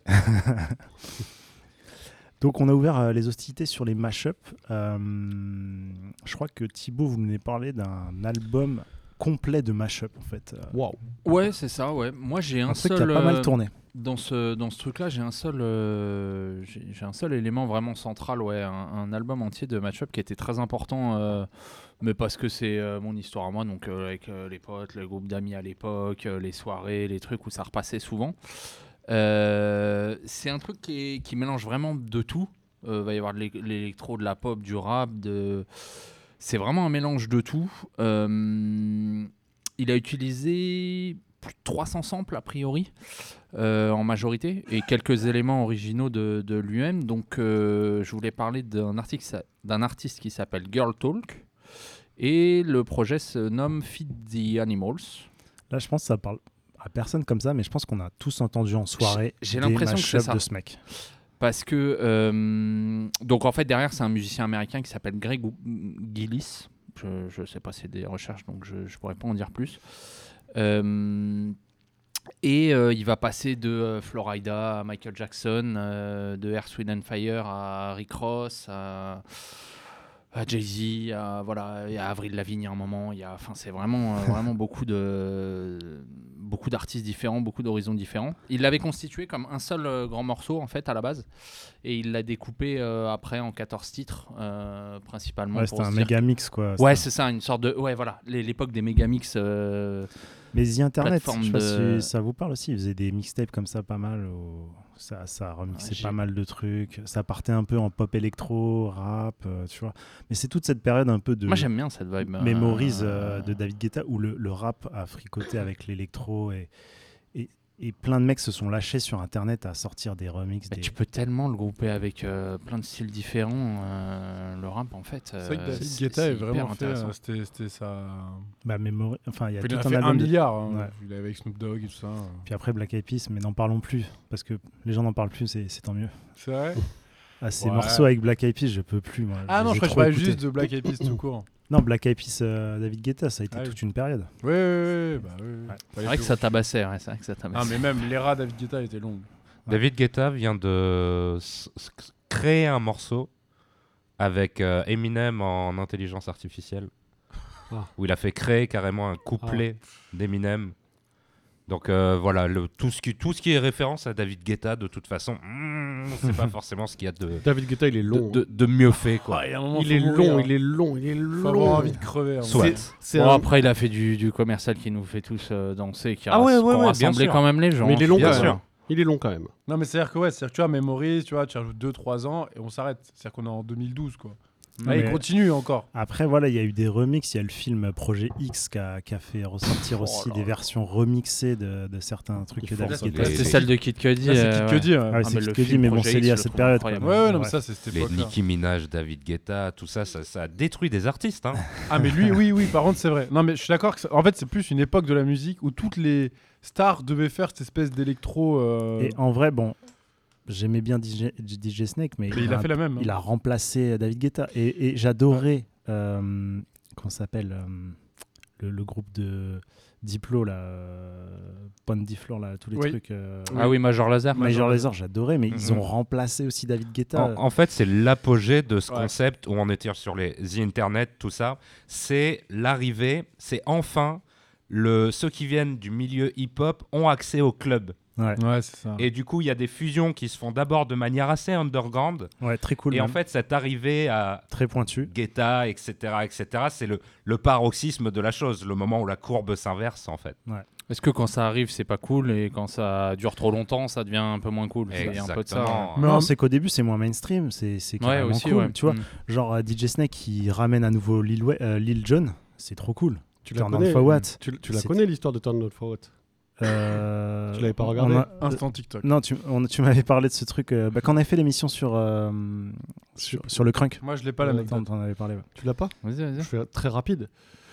Donc on a ouvert euh, les hostilités sur les mashups. Euh, je crois que Thibaut, vous venez parler d'un album complet de mashup en fait. Euh, Waouh. Ouais, c'est ça, ouais. Moi, j'ai un, un truc seul. qui a pas mal euh, tourné. Dans ce, dans ce truc-là, j'ai un seul, euh, j'ai, j'ai un seul élément vraiment central, ouais, un, un album entier de match-up qui était très important, euh, mais parce que c'est euh, mon histoire à moi, donc euh, avec euh, les potes, le groupe d'amis à l'époque, euh, les soirées, les trucs où ça repassait souvent. Euh, c'est un truc qui, est- qui mélange vraiment de tout. Il va y avoir de l'é- l'électro, de la pop, du rap, de... C'est vraiment un mélange de tout. Euh, il a utilisé plus de trois cents samples a priori euh, en majorité et quelques éléments originaux de, de lui-même. Donc euh, je voulais parler d'un artiste, d'un artiste qui s'appelle Girl Talk et le projet se nomme Feed the Animals. Là, je pense que ça parle à personne comme ça, mais je pense qu'on a tous entendu en soirée j'ai, j'ai des l'impression que c'est mashups ça. de ce mec. Parce que euh, donc en fait derrière c'est un musicien américain qui s'appelle Greg Gillis. Je ne sais pas si c'est des recherches donc je ne pourrais pas en dire plus. Euh, et euh, il va passer de euh, Florida à Michael Jackson, euh, de Earth, Wind and Fire à Rick Ross, à, à Jay-Z, à, voilà, et à Avril Lavigne à un moment. Il y a, enfin, c'est vraiment, euh, vraiment beaucoup, de, beaucoup d'artistes différents, beaucoup d'horizons différents. Il l'avait constitué comme un seul euh, grand morceau en fait à la base, et il l'a découpé euh, après en quatorze titres euh, principalement. Ouais, pour c'était un se dire méga mix quoi. Ouais, C'était- c'est ça, une sorte de. Ouais, voilà, l'é- l'époque des mégamix. Euh... Mais The Internet, plateforme je sais pas de- si ça vous parle aussi. Ils faisaient des mixtapes comme ça pas mal. où Ça, ça remixait Ouais, j'ai- pas mal de trucs. Ça partait un peu en pop électro, rap, euh, tu vois. Mais c'est toute cette période un peu de. Moi, j'aime bien cette vibe. euh, Memories euh, de David Guetta où le, le rap a fricoté avec l'électro et, et, et plein de mecs se sont lâchés sur Internet à sortir des remixes. Mais des... tu peux tellement le grouper avec euh, plein de styles différents. euh, le rap, en fait. C'est vrai que euh, David c'est- Guetta c'est est hyper vraiment fait. intéressant. euh, C'était, c'était ça. Bah, Memory... Enfin, il y a Il tout en a un fait un album de- milliard. hein. Ouais. Il est avec Snoop Dogg et tout ça. euh. Puis après Black Eyed Peas, mais n'en parlons plus parce que les gens n'en parlent plus, c'est, c'est tant mieux. C'est vrai. Ah, ces Ouais. morceaux avec Black Eyed Peas, je peux plus. Moi. Ah Je non, les je ai crois que je trop parlais écoutés. juste de Black Eyed Peas tout court. Non, Black Eyed Peas, euh, David Guetta, ça a été Ah oui. toute une période. Oui, oui, oui. Bah, oui, oui. Ouais. C'est vrai que ça tabassait. Ouais, c'est vrai que ça Ah, tabassait. mais même l'era David Guetta était longue. David Guetta vient de s- s- créer un morceau avec euh, Eminem en intelligence artificielle, Ah. où il a fait créer carrément un couplet d'Eminem. Donc euh, voilà, le, tout, ce qui, tout ce qui est référence à David Guetta, de toute façon, mm, c'est pas forcément ce qu'il y a de, David Guetta, il est long. de, de- de mieux fait. Quoi. Ah, il y a un moment, il faut est mourir. long, il est long, il est Faut avoir long. envie de crever. hein. Soit. C'est- c'est Bon, un- après, il a fait du, du commercial qui nous fait tous euh, danser, qui Ah ouais, a ouais, ouais, bien rassemblé sûr. quand même les gens. Mais il est long Bien quand sûr. même. Il est long quand même. Non, mais c'est-à-dire que, ouais, c'est-à-dire que tu vois, Memories, tu vois, tu rajoutes deux trois ans et on s'arrête. C'est-à-dire qu'on est en deux mille douze, quoi. Non, Là, il mais- continue encore. Après, voilà, il y a eu des remixes. Il y a le film Projet X qui a, qui a fait ressortir Oh aussi là des là. versions remixées de, de certains trucs Il que faut David ça, Guetta a les- fait. C'était celle de Kid Cudi. Là, c'est euh, Kid ouais. Cudi. ouais. Ah ouais, Ah, c'est mais Kid le Cudi, film mais bon, Projet c'est X, lié à je cette le période. trouve quoi. Ouais, ouais, non, mais Ouais. ça, c'est cette Les époque-là. Nicki Minaj, David Guetta, tout ça, ça, ça a détruit des artistes. Hein. Ah, mais lui, oui, oui, par contre, c'est vrai. Non, mais je suis d'accord que, ça- en fait, c'est plus une époque de la musique où toutes les stars devaient faire cette espèce d'électro. euh, Et en vrai, bon, j'aimais bien D J, D J Snake, mais, Mais il a fait la même. hein. il a remplacé David Guetta. Et, et j'adorais, euh, comment ça s'appelle, euh, le, le groupe de Diplo, là, euh, Pon Diflor, là, tous les Oui. trucs. euh, Ah oui, Major Laser. Major Lazer, j'adorais, mais ils Mhm. ont remplacé aussi David Guetta. En, en fait, c'est l'apogée de ce Ouais. concept où on était sur les The Internet, tout ça. C'est l'arrivée, c'est enfin le, ceux qui viennent du milieu hip-hop ont accès au club. Ouais. Ouais, c'est ça. Et du coup, il y a des fusions qui se font d'abord de manière assez underground. Ouais, très cool. et en même. fait, cette arrivée à Très pointu. Guetta, et cetera, et cetera, c'est le, le paroxysme de la chose, le moment où la courbe s'inverse, en fait. Est-ce que quand ça arrive, c'est pas cool et quand ça dure trop longtemps, ça devient un peu moins cool? C'est un peu de ça. Exactement. Mais Non, en- c'est qu'au début, c'est moins mainstream. C'est, c'est Ouais, carrément aussi, cool. ouais. Tu vois, Mm. genre euh, D J Snake qui ramène à nouveau Lil, Wa- euh, Lil Jon, c'est trop cool. Tu la Turn Down connais, for What tu, tu la C'est- connais l'histoire de Turn Down for What Euh, Tu l'avais pas on regardé a- Instant TikTok. Non, tu, on- tu m'avais parlé de ce truc euh, bah, quand on avait fait l'émission sur, euh, sur, sur le crunk. Moi, je l'ai pas la Ouais, même. T'en t'en avais parlé. Ouais. Tu l'as pas Vas-y, Je vas-y. fais très rapide.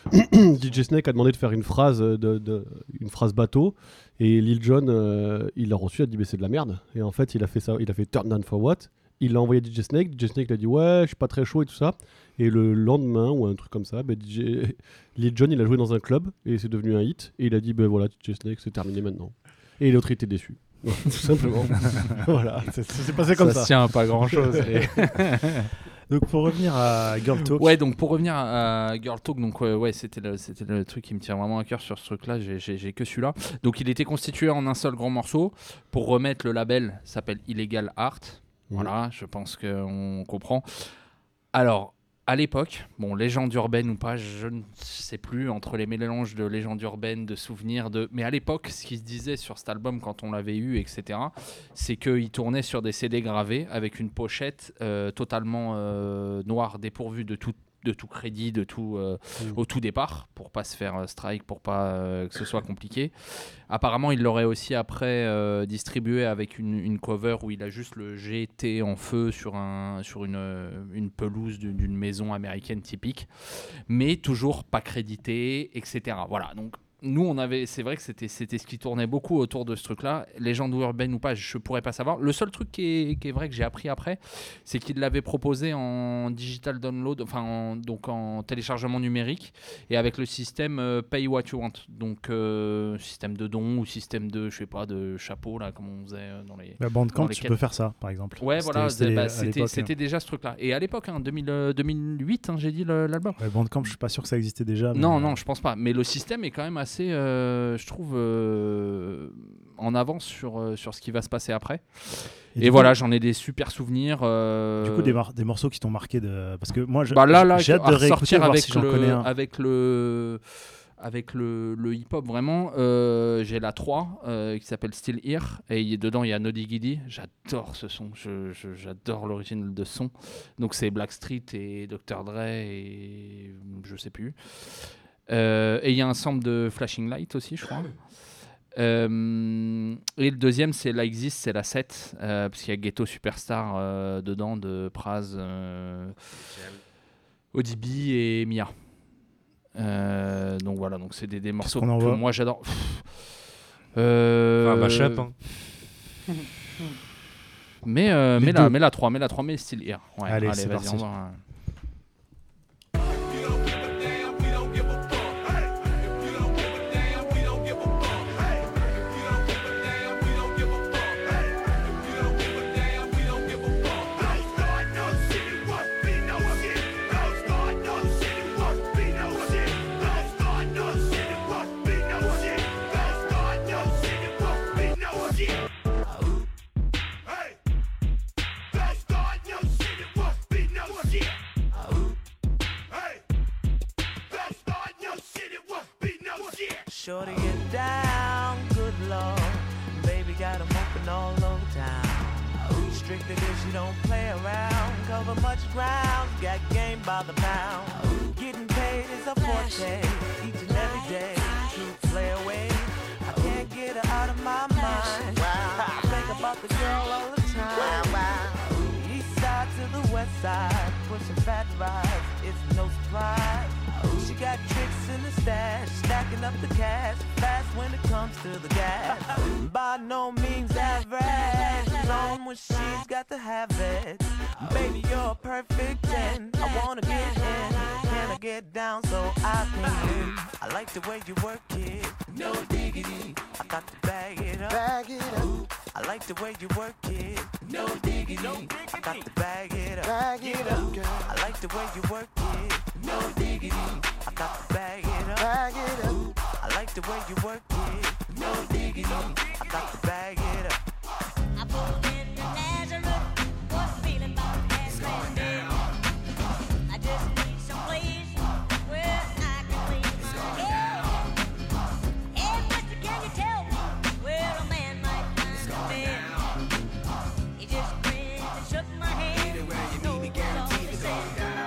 D J Snake a demandé de faire une phrase, de, de- une phrase bateau, et Lil Jon, euh, il l'a reçu, il a dit mais c'est de la merde. Et en fait, il a fait ça, il a fait Turn Down for What. Il l'a envoyé à D J Snake. D J Snake l'a dit ouais, je suis pas très chaud et tout ça. Et le lendemain ou un truc comme ça, bah, D J Lil Jon, il a joué dans un club et c'est devenu un hit. Et il a dit ben voilà, D J Snake, c'est terminé maintenant. Et l'autre était déçu. Tout simplement. Voilà, c'est- ça s'est passé comme Ça ça. se tient à pas grand chose. Donc pour revenir à Girl Talk, Ouais, donc pour revenir à, à Girl Talk, donc ouais, ouais, c'était le, c'était le truc qui me tient vraiment à cœur sur ce truc-là. J'ai, j'ai, j'ai que celui-là. Donc il était constitué en un seul grand morceau. Pour remettre le label, s'appelle Illegal Art. Voilà, je pense qu'on comprend. Alors, à l'époque, bon, légende urbaine ou pas, je ne sais plus, entre les mélanges de légende urbaine, de souvenirs, de... mais à l'époque, ce qui se disait sur cet album quand on l'avait eu, et cetera, c'est qu'il tournait sur des C D gravés avec une pochette euh, totalement euh, noire, dépourvue de toute de tout crédit, de tout euh, mmh. au tout départ, pour pas se faire strike, pour pas euh, que ce soit compliqué. Apparemment, il l'aurait aussi après euh, distribué avec une, une cover où il a juste le G T en feu sur, un, sur une, une pelouse d'une, d'une maison américaine typique, mais toujours pas crédité, et cetera. Voilà, donc nous, on avait, c'est vrai que c'était, c'était ce qui tournait beaucoup autour de ce truc-là. Légende urbaine ou pas, je pourrais pas savoir. Le seul truc qui est, qui est vrai que j'ai appris après, c'est qu'il l'avait proposé en digital download, enfin en, donc en téléchargement numérique et avec le système euh, Pay What You Want. Donc euh, système de dons ou système de, je sais pas, de chapeau là, comme on faisait dans les. La Bandcamp, dans les tu quêtes. peux faire ça, par exemple. Ouais, c'était, voilà, c'était, bah, c'était, c'était hein. déjà ce truc-là. Et à l'époque, hein, deux mille, euh, deux mille huit, hein, j'ai dit le, l'album. Ouais, Bandcamp, je suis pas sûr que ça existait déjà. Mais... Non, non, je pense pas. Mais le système est quand même assez. Euh, je trouve, euh, en avance sur, euh, sur ce qui va se passer après. Et, et voilà, coup, j'en ai des super souvenirs. Euh... Du coup, des, mar- des morceaux qui t'ont marqué de... Parce que moi, je, bah là, là, j'ai hâte de réécouter, voir avec si j'en le, connais un. Avec le, avec le, le hip-hop, vraiment, euh, j'ai la trois euh, qui s'appelle Still Here. Et y, dedans, il y a No Diggity. J'adore ce son. Je, je, j'adore l'original de ce son. Donc, c'est Blackstreet et docteur Dre et je sais plus. Euh, et il y a un sample de Flashing Light aussi, je crois. Euh, et le deuxième, c'est Like This, c'est la sept, euh, parce qu'il y a Ghetto Superstar euh, dedans, de Praz, euh, O D B et Mia. Euh, donc voilà, donc c'est des, des morceaux que voit moi j'adore. Euh, enfin, mashup. Hein. mais, euh, mais, la, mais la trois, mais la trois, mais Still Here. Ouais, allez, allez c'est vas-y, parti. on va. Sure to get down, good lord. Baby got 'em open all over town. Strictly this, you don't play around. Cover much ground, got game by the pound. Getting paid is a forte, each and every day. True play away, I can't get her out of my mind. I think about the girl all the time. East side to the west side, pushing fat rides, it's no surprise. She got tricks in the stash, stacking up the cash, fast when it comes to the gas. By no means average, on when she's got to have it. Baby, you're a perfect ten, I wanna get in. Can I get down so I can win? I like the way you work it, no diggity. I got to bag it up, bag it up. I like the way you work it, no diggity. I got to bag it up, bag it up. I like the way you work it, no diggity. I got to bag it up, bag it up. I like the way you work it, no diggity. I got to bag it up. I pulled into Nazareth, what's the feeling about that man there? I just need some place where I can lay my head. Hey, mister, can you tell me where a man might find a bed? He just grinned and shook my hand. Anywhere you need me, guaranteed to go down.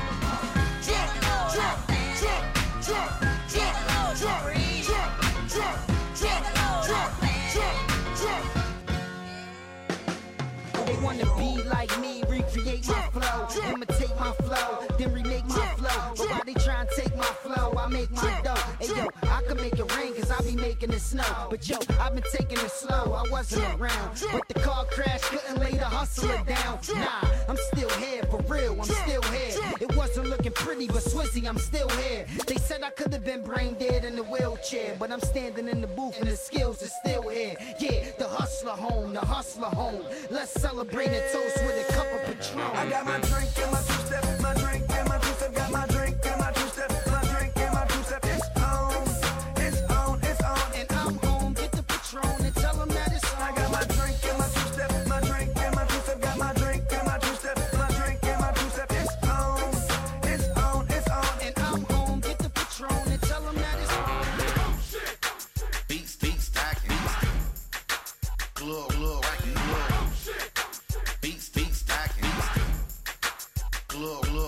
They wanna be like me, recreate my flow, imitate my flow, then remake my flow. But why they try and take my flow, I make my dough. Hey yo, I can make it rain cause I be making it snow. But yo, I've been taking it slow, I wasn't around. But the car crash couldn't lay the hustler down. Nah, I'm still here, for real, I'm still here. It wasn't looking pretty, but Swizzy, I'm still here. They said I could have been brain dead in the wheelchair, but I'm standing in the booth and the skills are still here. Yeah, the hustler home, the hustler home. Let's celebrate and toast with a cup of Patron. I got my drink and my two-step, my drink and my two-step, got my drink and my two-step, my drink and my two-step. It's on, it's on, it's on. And I'm home, get the Patron and tell them that it's on. I got my drink and my two-step, my drink and my two-step, got my drink and my two-step, my drink and my two-step. It's on, it's on, it's on. And I'm home, get the Patron and tell them that it's on. Beats, beats, stacking, glove, glove, racking, glove. Beats, beats, stacking, glove, glove.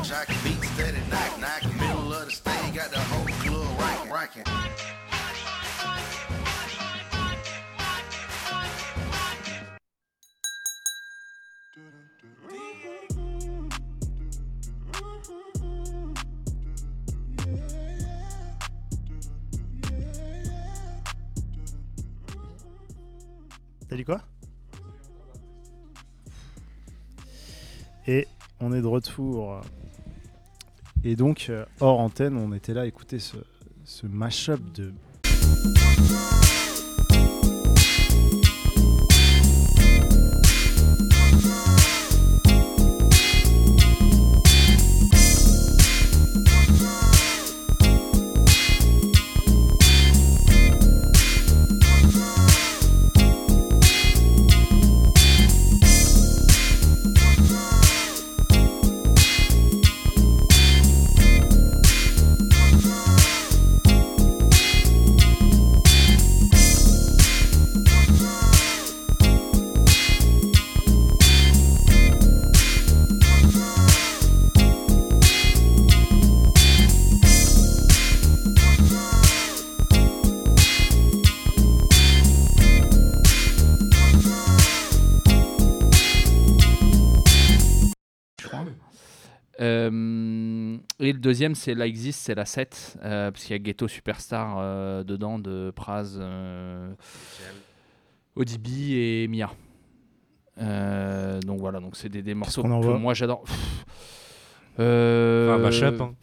jocking, beat steady, knock, knock. Middle of the stage, got the whole club rocking, rocking. T'as dit quoi? Et on est de retour. Et donc, euh, hors antenne, on était là à écouter ce, ce mash-up de... Euh, et le deuxième, c'est Like This, c'est la sept, euh, parce qu'il y a Ghetto Superstar euh, dedans, de Praz, euh, O D B et Mia. Euh, donc voilà, donc c'est des, des morceaux qu'on que envoie moi j'adore. Euh, Enfin, mash-up, hein.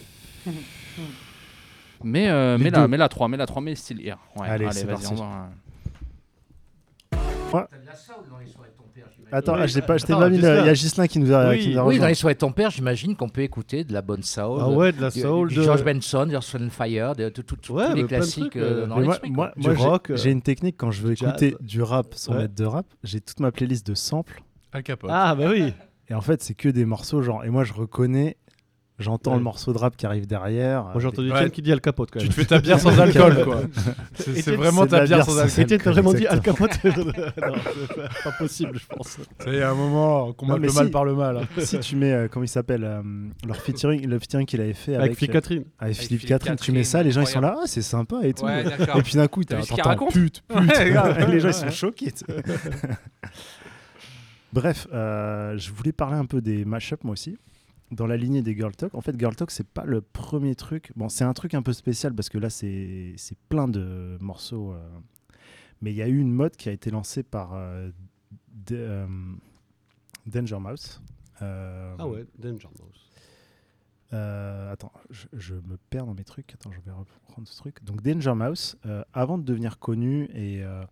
Mais, euh, Les mais, deux. la, mais la trois, mais la trois, mais still here. Ouais, Allez, allez, c'est vas-y, parti. on va. Ouais. T'as de la soul dans les soirées de ton père, j'imagine. Attends, Oui, ah, je l'ai pas, je t'ai attends, pas mis le- Ghislain. il y a Ghislain qui nous a, Oui, qui nous a oui, rejoint. dans les soirées de ton père, j'imagine qu'on peut écouter de la bonne soul. Ah ouais, de la du- soul, du de- George Benson, Earth, Wind and Fire, de tout- tout- tout- Ouais, tous les mais plein de classiques trucs, euh, euh, dans Mais moi, l'esprit. moi, quoi. moi, Du j'ai- rock, euh, j'ai une technique quand je veux jazz. écouter du rap sans Ouais. mettre de rap, j'ai toute ma playlist de samples. Al Capote. Ah bah oui. Et en fait, c'est que des morceaux genre. Et moi, je reconnais, j'entends Ouais. le morceau de rap qui arrive derrière. Moi j'ai entendu Ouais. Étienne qui dit Al Capote quand Tu même. te fais ta bière sans alcool, quoi. C'est c'est Étienne, vraiment c'est de ta la bière bière sans sans alcool. Étienne, t'as vraiment dit Al Exactement. Capote Non, c'est pas- pas possible, je pense. Ça y est, à un moment, qu'on Non, mate mais le mal si. par le mal. hein. Si tu mets, euh, comment il s'appelle, euh, leur featuring, le featuring qu'il avait fait Avec avec, Philippe euh, Catherine. avec Avec Philippe Philippe Catherine, tu mets Catherine, ça, les gens ils sont là, incroyable. ah, c'est sympa et tout. Ouais, d'accord. Et puis d'un coup, T'as t'as- vu ce qu'il t'entends raconte pute, pute. Ouais, grave. Les gens ils sont choqués. tu sais. Bref, euh, je voulais parler un peu des mashups moi aussi. Dans la lignée des Girl Talk, en fait, Girl Talk, c'est pas le premier truc. Bon, c'est un truc un peu spécial parce que là, c'est c'est plein de morceaux. euh, Mais il y a eu une mode qui a été lancée par euh, D- euh, Danger Mouse. Euh, Ah ouais, Danger Mouse. euh, attends, je, je me perds dans mes trucs. Attends, je vais reprendre ce truc. Donc, Danger Mouse, euh, avant de devenir connu et, euh,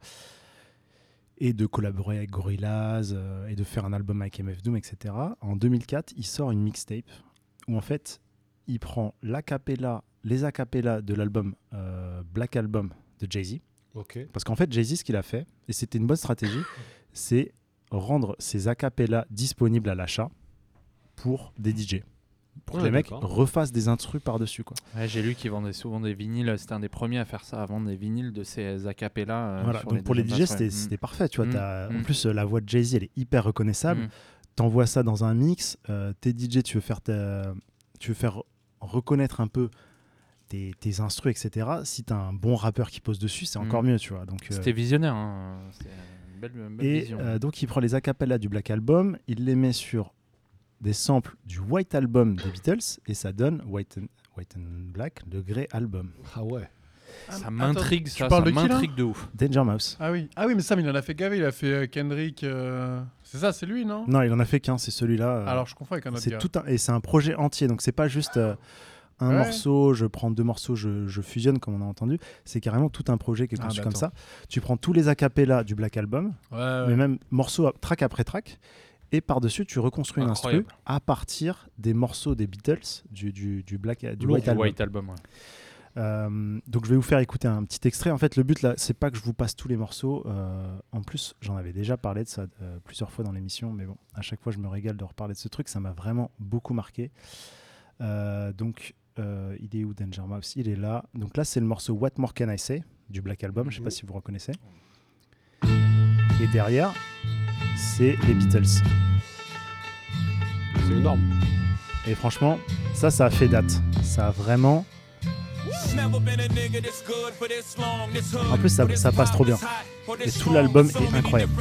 et de collaborer avec Gorillaz euh, et de faire un album avec M F Doom, et cetera, en deux mille quatre, il sort une mixtape où en fait, il prend l'acapella, les acapellas de l'album euh, Black Album de Jay-Z. Ok. Parce qu'en fait, Jay-Z, ce qu'il a fait, et c'était une bonne stratégie, c'est rendre ses acapellas disponibles à l'achat pour des D J. Pour que Ouais, les mecs d'accord. refassent des instrus par-dessus, quoi. Ouais, j'ai lu qu'ils vendaient souvent des vinyles. C'était un des premiers à faire ça, à vendre des vinyles de ces acapellas. euh, Voilà, sur donc pour les D J, deuxièmes c'était places, ouais. c'était parfait. Tu vois, Mm. t'as- Mm. En plus, euh, la voix de Jay-Z, elle est hyper reconnaissable. Mm. T'envoies ça dans un mix. Euh, t'es D J, tu veux faire, ta- tu veux faire reconnaître un peu tes, tes instrus, et cetera. Si t'as un bon rappeur qui pose dessus, c'est encore Mm. mieux, tu vois. Donc, euh, C'était visionnaire. Hein. C'était une belle, une belle Et vision. euh, donc, il prend les acapellas du Black Album, il les met sur des samples du White Album des Beatles, et ça donne White and, White and Black, le Grey Album. Ah ouais. Ça m'intrigue, Attends, ça, tu parles ça de qui, là m'intrigue de ouf. Danger Mouse. Ah oui, ah oui, mais ça, mais il en a fait gaver. Il a fait euh, Kendrick. euh, C'est ça, c'est lui, non Non, il en a fait qu'un, c'est celui-là. euh, Alors je confonds avec un autre c'est gars. tout un, et c'est un projet entier, donc c'est pas juste euh, un Ouais. morceau, je prends deux morceaux, je, je fusionne comme on a entendu. C'est carrément tout un projet qui est Ah, conçu bah, comme attends. ça. Tu prends tous les acapellas du Black Album, Ouais, ouais. mais même morceau à- track après track, et par-dessus tu reconstruis une instru Incroyable. à partir des morceaux des Beatles, du, du, du Black, du Lourd, White du Album. White Album, ouais. Euh, donc je vais vous faire écouter un petit extrait. En fait, le but là, c'est pas que je vous passe tous les morceaux. Euh, en plus, j'en avais déjà parlé de ça euh, plusieurs fois dans l'émission, mais bon, à chaque fois, je me régale de reparler de ce truc. Ça m'a vraiment beaucoup marqué. Euh, donc, euh, il est où Danger Mouse? Il est là. Donc là, c'est le morceau What More Can I Say du Black Album. Je sais pas si vous reconnaissez. Et derrière, c'est les Beatles. C'est énorme. Et franchement, ça, ça a fait date. Ça a vraiment... En plus, ça, ça passe trop bien. Et tout l'album est incroyable.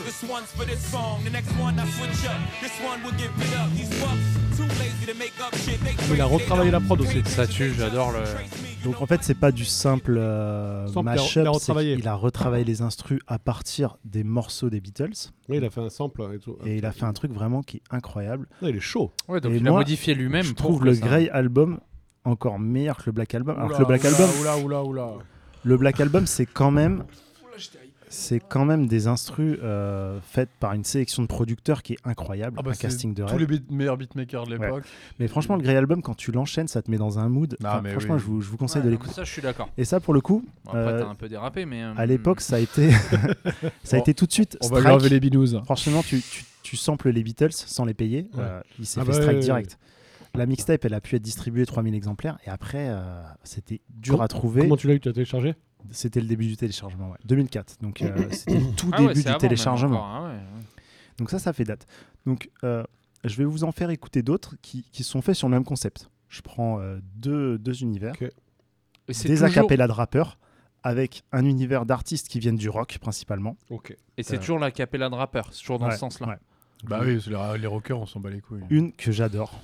Il a retravaillé la prod aussi. Ça tue, j'adore le. Donc en fait, c'est pas du simple euh, Sample, il a- mashup, il a c'est retravaillé. qu'il a retravaillé les instrus à partir des morceaux des Beatles. Oui, il a fait un sample et tout. Et il a fait un truc vraiment qui est incroyable. Non, il est chaud. Ouais, donc Et il a moi, modifié lui-même. Je pour trouve que le ça- Grey Album encore meilleur que le Black Album. Alors Oula, que le Black oula, Album, Oula, oula, oula. le Black Album, c'est quand même, c'est quand même des instrus euh, faites par une sélection de producteurs qui est incroyable, Ah bah, un c'est casting de tous rêve. les beat- meilleurs beatmakers de l'époque. Mais franchement, le Grey Album, quand tu l'enchaînes, ça te met dans un mood. Ah, Enfin, mais franchement, oui. je, vous, je vous conseille Ouais, de non, l'écouter. ça, je suis d'accord. Et ça, pour le coup, Bon, après, euh, t'as un peu dérapé, mais. euh, à l'époque, ça a été, ça a On- été tout de suite. On va lui strike. enlever les binous. Franchement, tu, tu, tu samples les Beatles sans les payer. Ouais. euh, il s'est Ah fait bah strike ouais, direct. La mixtape, elle a pu être distribuée trois mille exemplaires. Et après, euh, c'était dur Com- à trouver. Comment tu l'as eu? Tu l'as téléchargé? C'était le début du téléchargement, ouais. deux mille quatre. Donc, euh, c'était le tout Ah ouais, début c'est du avant même téléchargement. encore, ah ouais, ouais. Donc ça, ça fait date. Donc, euh, je vais vous en faire écouter d'autres qui, qui sont faits sur le même concept. Je prends euh, deux, deux univers. Ok. Et c'est Des toujours- acapellas de rappeurs avec un univers d'artistes qui viennent du rock, principalement. Ok. Et c'est Euh, toujours la capella de rappeur, c'est toujours dans ouais, ce sens-là. ouais. Bah oui, c'est les, les rockers, on s'en bat les couilles. Une que j'adore.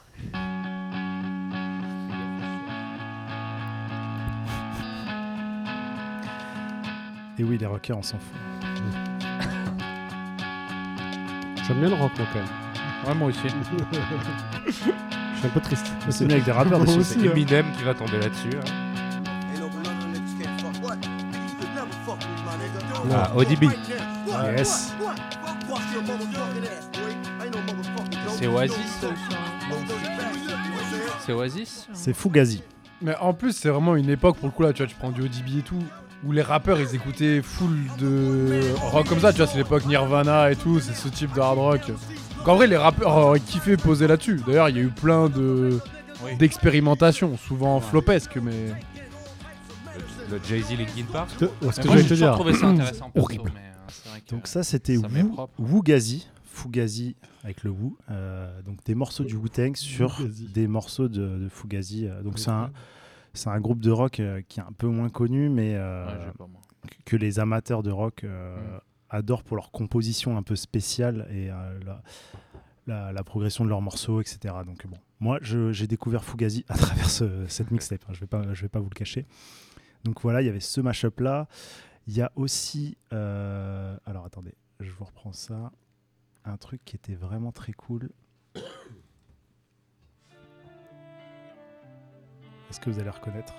Et oui, les rockers, on s'en fout. J'aime bien le rock, moi, quand même. Ouais, moi aussi. Je suis un peu triste. Mais c'est mieux avec des rappeurs Moi dessus. aussi, C'est hein. Eminem qui va tomber là-dessus. hein. Ah, O D B. Yes. C'est Oasis ça aussi, hein C'est Oasis C'est Fugazi. Mais en plus, c'est vraiment une époque, pour le coup, là, tu vois, tu prends du O D B et tout, où les rappeurs, ils écoutaient full de rock comme ça, tu vois, c'est l'époque Nirvana et tout, c'est ce type de hard rock. Donc en vrai, les rappeurs auraient kiffé poser là-dessus. D'ailleurs, il y a eu plein de Oui. d'expérimentations, souvent flopesques, mais... Le Jay-Z Linkin Park. C'est ouais, ce Mais que moi, j'allais j'ai te toujours dire. trouvé ça intéressant. perso, Horrible. mais, euh, c'est vrai que Donc ça, c'était ça m'est Wu- propre. Wugazi. Fugazi avec le Wu. Euh, donc des morceaux du Wu-Tang sur Wugazi. des morceaux de, de Fugazi. Euh, donc c'est un, c'est un groupe de rock euh, qui est un peu moins connu, mais euh, Ouais, j'ai pas, moi. que- que les amateurs de rock euh, Mm. adorent pour leur composition un peu spéciale et euh, la, la, la progression de leurs morceaux, et cetera. Donc bon, moi je- j'ai découvert Fugazi à travers ce- cette mixtape, hein, je vais pas, je vais pas vous le cacher. Donc voilà, il y avait ce mashup là. Il y a aussi, euh, alors attendez, je vous reprends ça, un truc qui était vraiment très cool. Est-ce que vous allez reconnaître?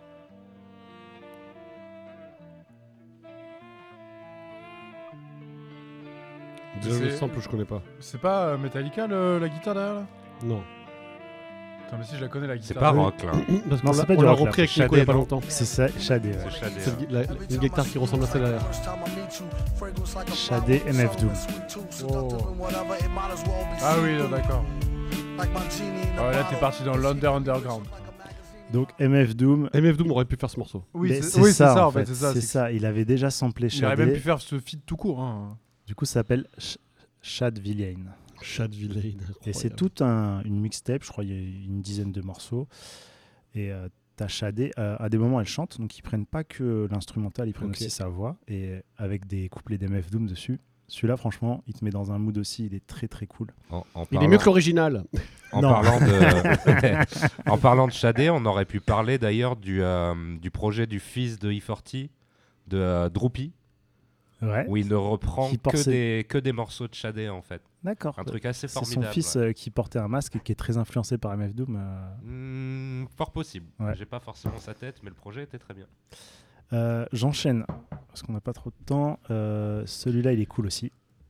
Déjà, le C'est- sample, je connais pas. C'est pas euh, Metallica, le- la guitare derrière, là? Non. Attends, mais si, je la connais, la guitare. C'est pas Oui. rock là. Parce Non, qu'on c'est l'a pas on du l'a rock, là. repris avec C'est Nico il y a pas Shadé, longtemps. C'est ça, Shadé. ouais. C'est Shadé, C'est hein. la- une guitare qui ressemble à celle-là. Shadé M F Doom. Oh. Ah oui, là, d'accord. Ah ouais, là, t'es parti dans l'Under Underground. Donc M F Doom. M F Doom aurait pu faire ce morceau. Oui, Mais c'est c'est oui, c'est ça, ça, en en fait. fait. C'est ça. C'est c'est- ça. Il avait déjà samplé Il aurait même pu Shadé. faire ce feat tout court. Hein. Du coup, ça s'appelle Sh- Shad Villain. Chad Villain. Et c'est toute un- une mixtape, je crois, il y a une dizaine de morceaux. Et euh, t'as Shadé, euh, à des moments elle chante, donc ils prennent pas que l'instrumental, ils prennent Ok. aussi sa voix, et avec des couplets d'M F Doom dessus. Celui-là, franchement, il te met dans un mood aussi, il est très très cool. En, en Il est parlant- mieux que l'original. En Non. parlant de, en parlant de Shadé, on aurait pu parler d'ailleurs du, euh, du projet du fils de E quarante, de euh, Droopy, Ouais. où il ne reprend Qui que porte ses- des, que des morceaux de Shadé en fait. D'accord. Un truc assez C'est formidable. son fils ouais. euh, qui portait un masque et qui est très influencé par M F Doom. euh. Hmm, fort possible. Ouais. J'ai pas forcément sa tête, mais le projet était très bien. Euh, J'enchaîne, parce qu'on n'a pas trop de temps. Euh, Celui-là, il est cool aussi.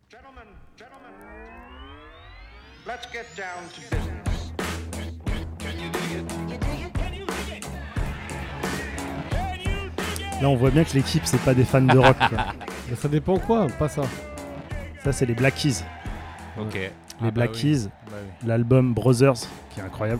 Let's get down to business. Là, on voit bien que l'équipe, c'est pas des fans de rock. quoi. Mais ça dépend quoi, pas ça. Ça, c'est les Black Keys. Ok. Les bah Black oui. Keys, Bah oui. l'album Brothers, qui est incroyable.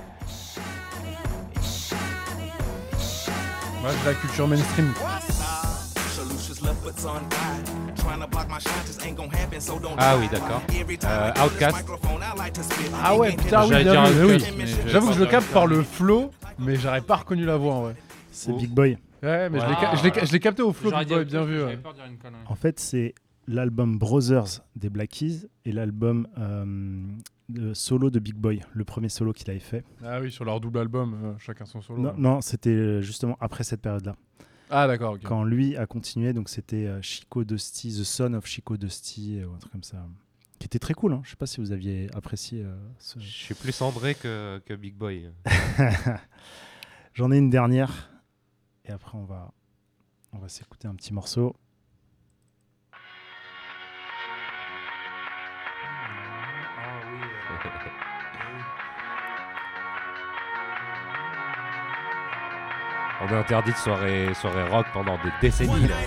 Moi, c'est la culture mainstream. Ah oui, d'accord. Euh, Outkast. Ah ouais, putain, oui, J'allais bien dire vu, un oui. cut, mais j'avais J'avoue pas que je le capte entendu. par le flow, mais j'aurais pas reconnu la voix en vrai. C'est Big Boy. Ouais, mais je l'ai Ah, ca- je l'ai ca- voilà. je l'ai capté au flow J'aurais Big dit Boy, un cut, bien mais vu. j'avais ouais. peur de dire une connerie. En fait, c'est l'album Brothers des Black Keys et l'album euh, de solo de Big Boy, le premier solo qu'il avait fait. Ah oui, sur leur double album, euh, chacun son solo. Non, ouais. non, c'était justement après cette période-là. Ah d'accord, ok. Quand lui a continué, donc c'était euh, Chico Dusty, The Son of Chico Dusty, euh, ou un truc comme ça, qui était très cool. Hein. Je sais pas si vous aviez apprécié euh, ce. Je suis plus cendré que, que Big Boy. J'en ai une dernière, et après on va, on va s'écouter un petit morceau. On a interdit de soirée, soirée rock pendant des décennies. Là.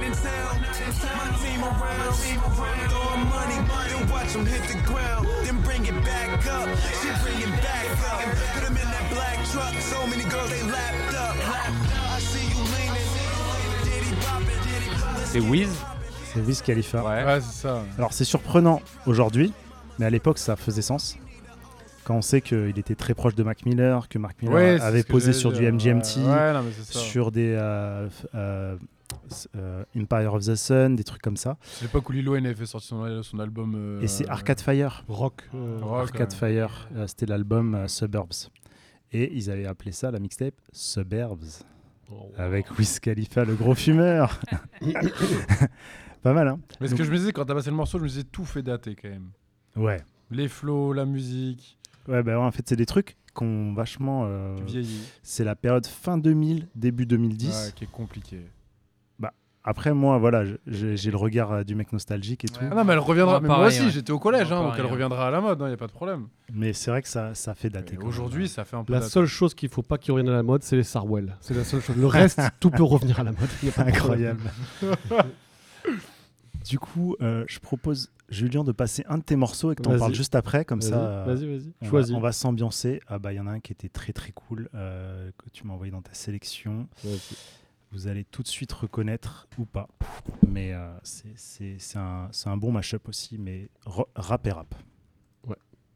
C'est Wiz. C'est Wiz Khalifa. Ouais. Ouais, c'est ça. Alors c'est surprenant aujourd'hui, mais à l'époque ça faisait sens. Quand on sait qu'il était très proche de Mac Miller, que Mac Miller Ouais, c'est avait ce que posé j'allais sur dire. du M G M T, Ouais, ouais, non, mais c'est ça. sur des euh, f- euh, s- euh, Empire of the Sun, des trucs comme ça. C'est l'époque où Lil Wayne avait fait sortir son, son album. euh, Et c'est Arcade Fire. Rock. euh, Rock, Arcade ouais. Fire, euh, c'était l'album euh, Suburbs. Et ils avaient appelé ça, la mixtape, Suburbs. Oh, Avec Wiz Khalifa, le gros fumeur. Pas mal, hein. Mais ce Donc- que je me disais quand t'as passé le morceau, je me disais tout fait dater quand même. Ouais. Les flows, la musique. Ouais, bah ouais, en fait, c'est des trucs qu'on vachement. euh, Vieilli. C'est la période fin deux mille, début deux mille dix. Ouais, qui est compliqué. Bah, après, moi, voilà, je- j'ai j'ai le regard euh, du mec nostalgique et tout. Ah non, mais elle reviendra. Moi, mais moi pareil, aussi, ouais. j'étais au collège, Moi, hein, donc pareil, elle ouais. reviendra à la mode, il n'y a pas de problème. Mais c'est vrai que ça, ça fait dater. Et quand même. aujourd'hui, ça fait un peu La dater. seule chose qu'il faut pas qu'il revienne à la mode, c'est les Sarwell. C'est la seule chose. Le reste, tout peut revenir à la mode. Y a pas de problème. Incroyable. Du coup, euh, je propose, Julien, de passer un de tes morceaux et que tu en Vas-y. parles juste après, comme Vas-y, ça. euh, vas-y, vas-y. on va- Choisis. On va s'ambiancer. Ah bah, il y en a un qui était très très cool euh, que tu m'as envoyé dans ta sélection. Vas-y. Vous allez tout de suite reconnaître ou pas. Mais euh, c'est- c'est c'est un, c'est un bon mashup aussi, mais ro- rap et rap. Ouais.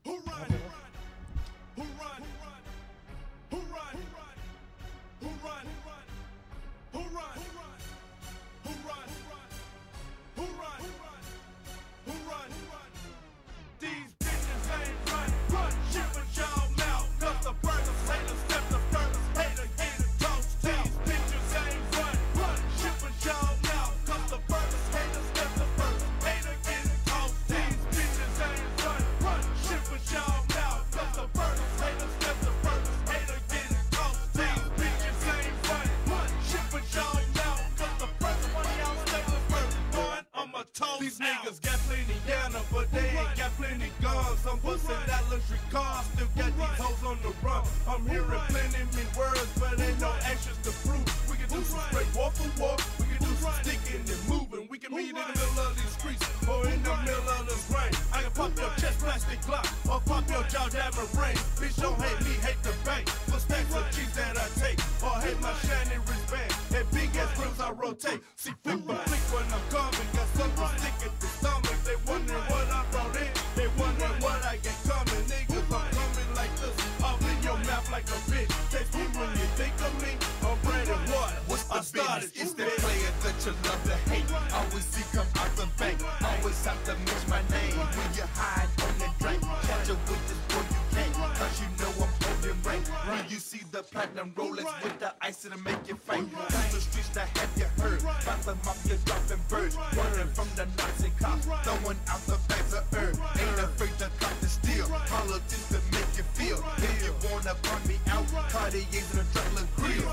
These niggas got plenty yana, but they ain't got plenty guns. I'm busting that luxury car, still got these hoes on the run. I'm hearing plenty me words, but ain't no actions to prove. We can do some straight walk for walk, we can do some sticking and moving. We can meet in the middle of these streets or in the middle of this rain. I can pop your chest plastic Glock or pop your jaw diamond ring. Bitch, don't hate me, hate the bank. For stacks of cheese that I take, or hate my shiny wristband and big ass rims I rotate. See, flip for flick when I'm coming, got something stick at the stomach. They wondering what I brought in, they wondering what I get coming. Niggas, I'm coming like this, all in your mouth like a bitch. Taste me when you think of me, I'm bread and water. What's the business? It's that player that you love to hate. Always see come out the bank, always have to mention my name. When you hide on the drink, catch up with this boy you can't, cause you know I'm holding rank. When you see the platinum Rolex with the ice it'll make you faint. Down the streets that have you heard, about the mafia dropping birds, running from the Nazi cops, throwing out the bags of earth. Ain't afraid to cop the steel, politics to make you feel. If you wanna burn me out, Cartier's in a Dracula grill.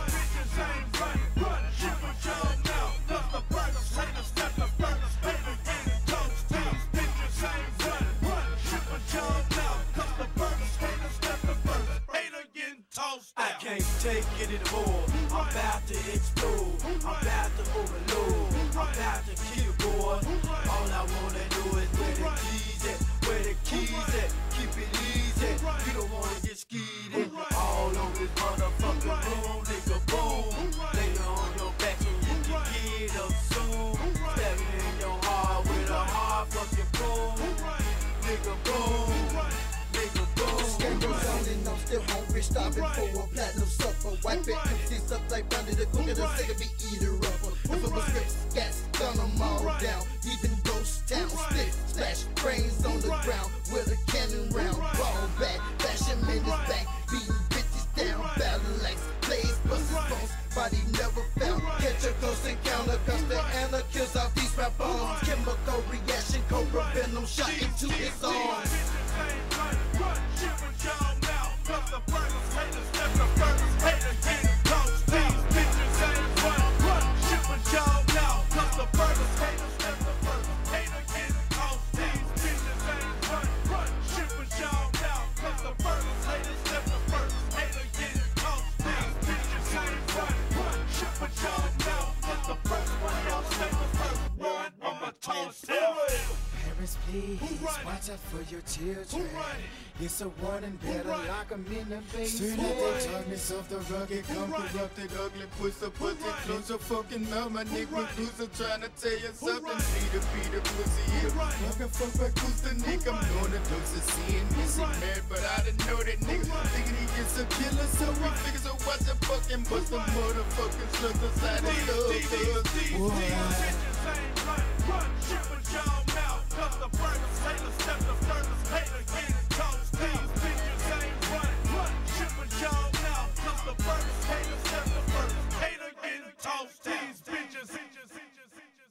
I can't take it anymore. I'm about to explode. I'm about to overload. I'm about to kill boy. All I wanna do is where the keys at, where the keys at. Keep it easy. You don't wanna get skied at. All over this motherfucking room, nigga boom. Lay on your back so you can get up soon. Staring sobbing for a platinum supper. Wipe it, six up like Bundy, the cook of the second be eater upper. If it was scripts, gas, gun them all down. Deep in ghost town, stick, splash, brains on the ground with a cannon round. Ball back, fashion in his back, beating bitches down. Battle axe, blaze, bust his bones, body never found. Catch a close encounter, cause the Anna kills off these rap bombs. Chemical reaction, cobra venom shot into his arms. Parents, please watch out for your children. It's a warning, better lock them in the Turn basement. out the darkness of the rugged, come corrupted, ugly, pussy, pussy. Close your fucking mouth, my nigga, loser, trying to tell you something. Beat a, beat a pussy, yeah. Fucking fuck my Gusta, nigga. I'm going to dose of seeing missing, man, but I didn't know that nigga. Thinking he is a killer, so we figure, so watch the fucking bust the motherfucking slugs inside his love. Run, shit with y'all mouth, cause the furnace sailor step the furnace hater getting toast. These bitches ain't run, run, shit with y'all mouth, cause the furnace hater step the furnace hater getting toast. These bitches, bitches, bitches, bitches,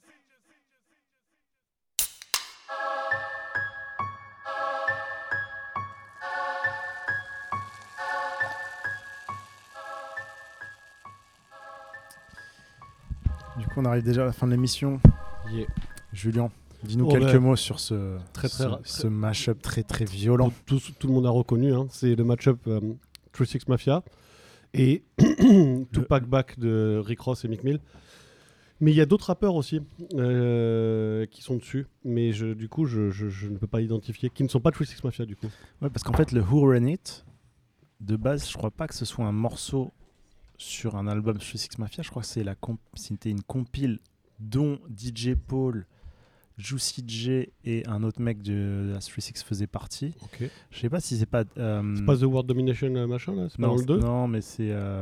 Du coup, on arrive déjà à la fin de l'émission. Yeah. Julien, dis-nous Oh, quelques bah, mots sur ce, très, très ce, ra- ce mash-up très très violent. Tout, tout- tout le monde a reconnu, hein. C'est le match-up euh, Three Six Mafia et Tupac Back de Rick Ross et Meek Mill. Mais il y a d'autres rappeurs aussi euh, qui sont dessus, mais je, du coup je, je- je ne peux pas identifier, qui ne sont pas Three Six Mafia du coup. Ouais, parce qu'en fait, le Who Run It, de base, je crois pas que ce soit un morceau sur un album Three Six Mafia. Je crois que c'est la comp- c'était une compile dont D J Paul, Juicy J et un autre mec de la Three Six faisaient partie. Ok. Je sais pas si c'est pas. euh, C'est pas The World Domination euh, machin là, c'est pas non, dans le c'est- deux. non, mais c'est euh,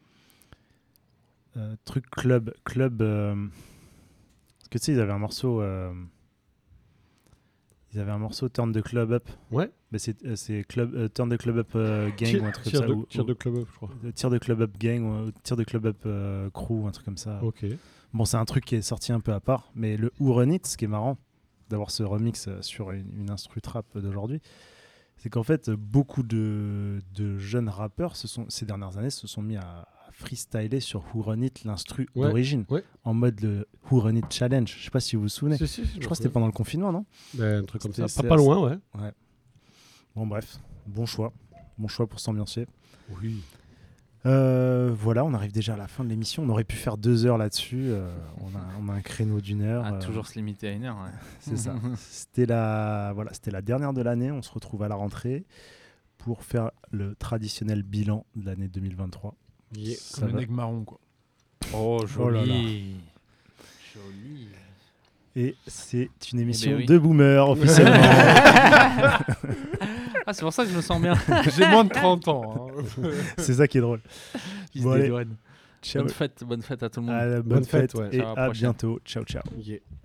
euh, truc club club. euh, Parce que tu sais, ils avaient un morceau. euh, Ils avaient un morceau Turn the Club Up. Ouais. Mais c'est euh, c'est club euh, Turn the Club Up euh, Gang Tir- ou un truc Tir comme ça. de- ou- Tir ou- de Club Up, je crois. euh, Tir de Club Up Gang ou euh, Tir de Club Up euh, Crew ou un truc comme ça. Ok. Bon, c'est un truc qui est sorti un peu à part, mais le Who Run It, ce qui est marrant d'avoir ce remix euh, sur une, une instru trap d'aujourd'hui, c'est qu'en fait beaucoup de, de jeunes rappeurs se sont, ces dernières années se sont mis à, à freestyler sur Who Run It, l'instru Ouais, d'origine, ouais. en mode le Who Run It Challenge. Je sais pas si vous vous souvenez. Si, si, je je me crois que c'était souviens. pendant le confinement, non? Ben, un truc comme ça. C'était- Pas, pas c'est- loin, ouais. Ouais. Bon, bref, bon choix. Bon choix pour s'ambiancer. Oui. Euh, voilà, on arrive déjà à la fin de l'émission. On aurait pu faire deux heures là-dessus. euh, on, a, on a un créneau d'une heure. Ah, euh, toujours se limiter à une heure. Ouais. C'est ça. C'était la, voilà, c'était la dernière de l'année. On se retrouve à la rentrée pour faire le traditionnel bilan de l'année deux mille vingt-trois. Yeah. Ça Comme les va. nègres marrons, quoi. Oh, Oh là là. joli. Joli. Et c'est une émission Eh ben oui. de boomer officiellement. Ah, c'est pour ça que je me sens bien. J'ai moins de trente ans. hein. C'est ça qui est drôle. Il se Bon, allez. dédouane. Ciao. Bonne fête, bonne fête à tout le monde. À la bonne, Bonne fête, fête, ouais. et Ciao, à la à prochaine. bientôt. Ciao, ciao. Yeah.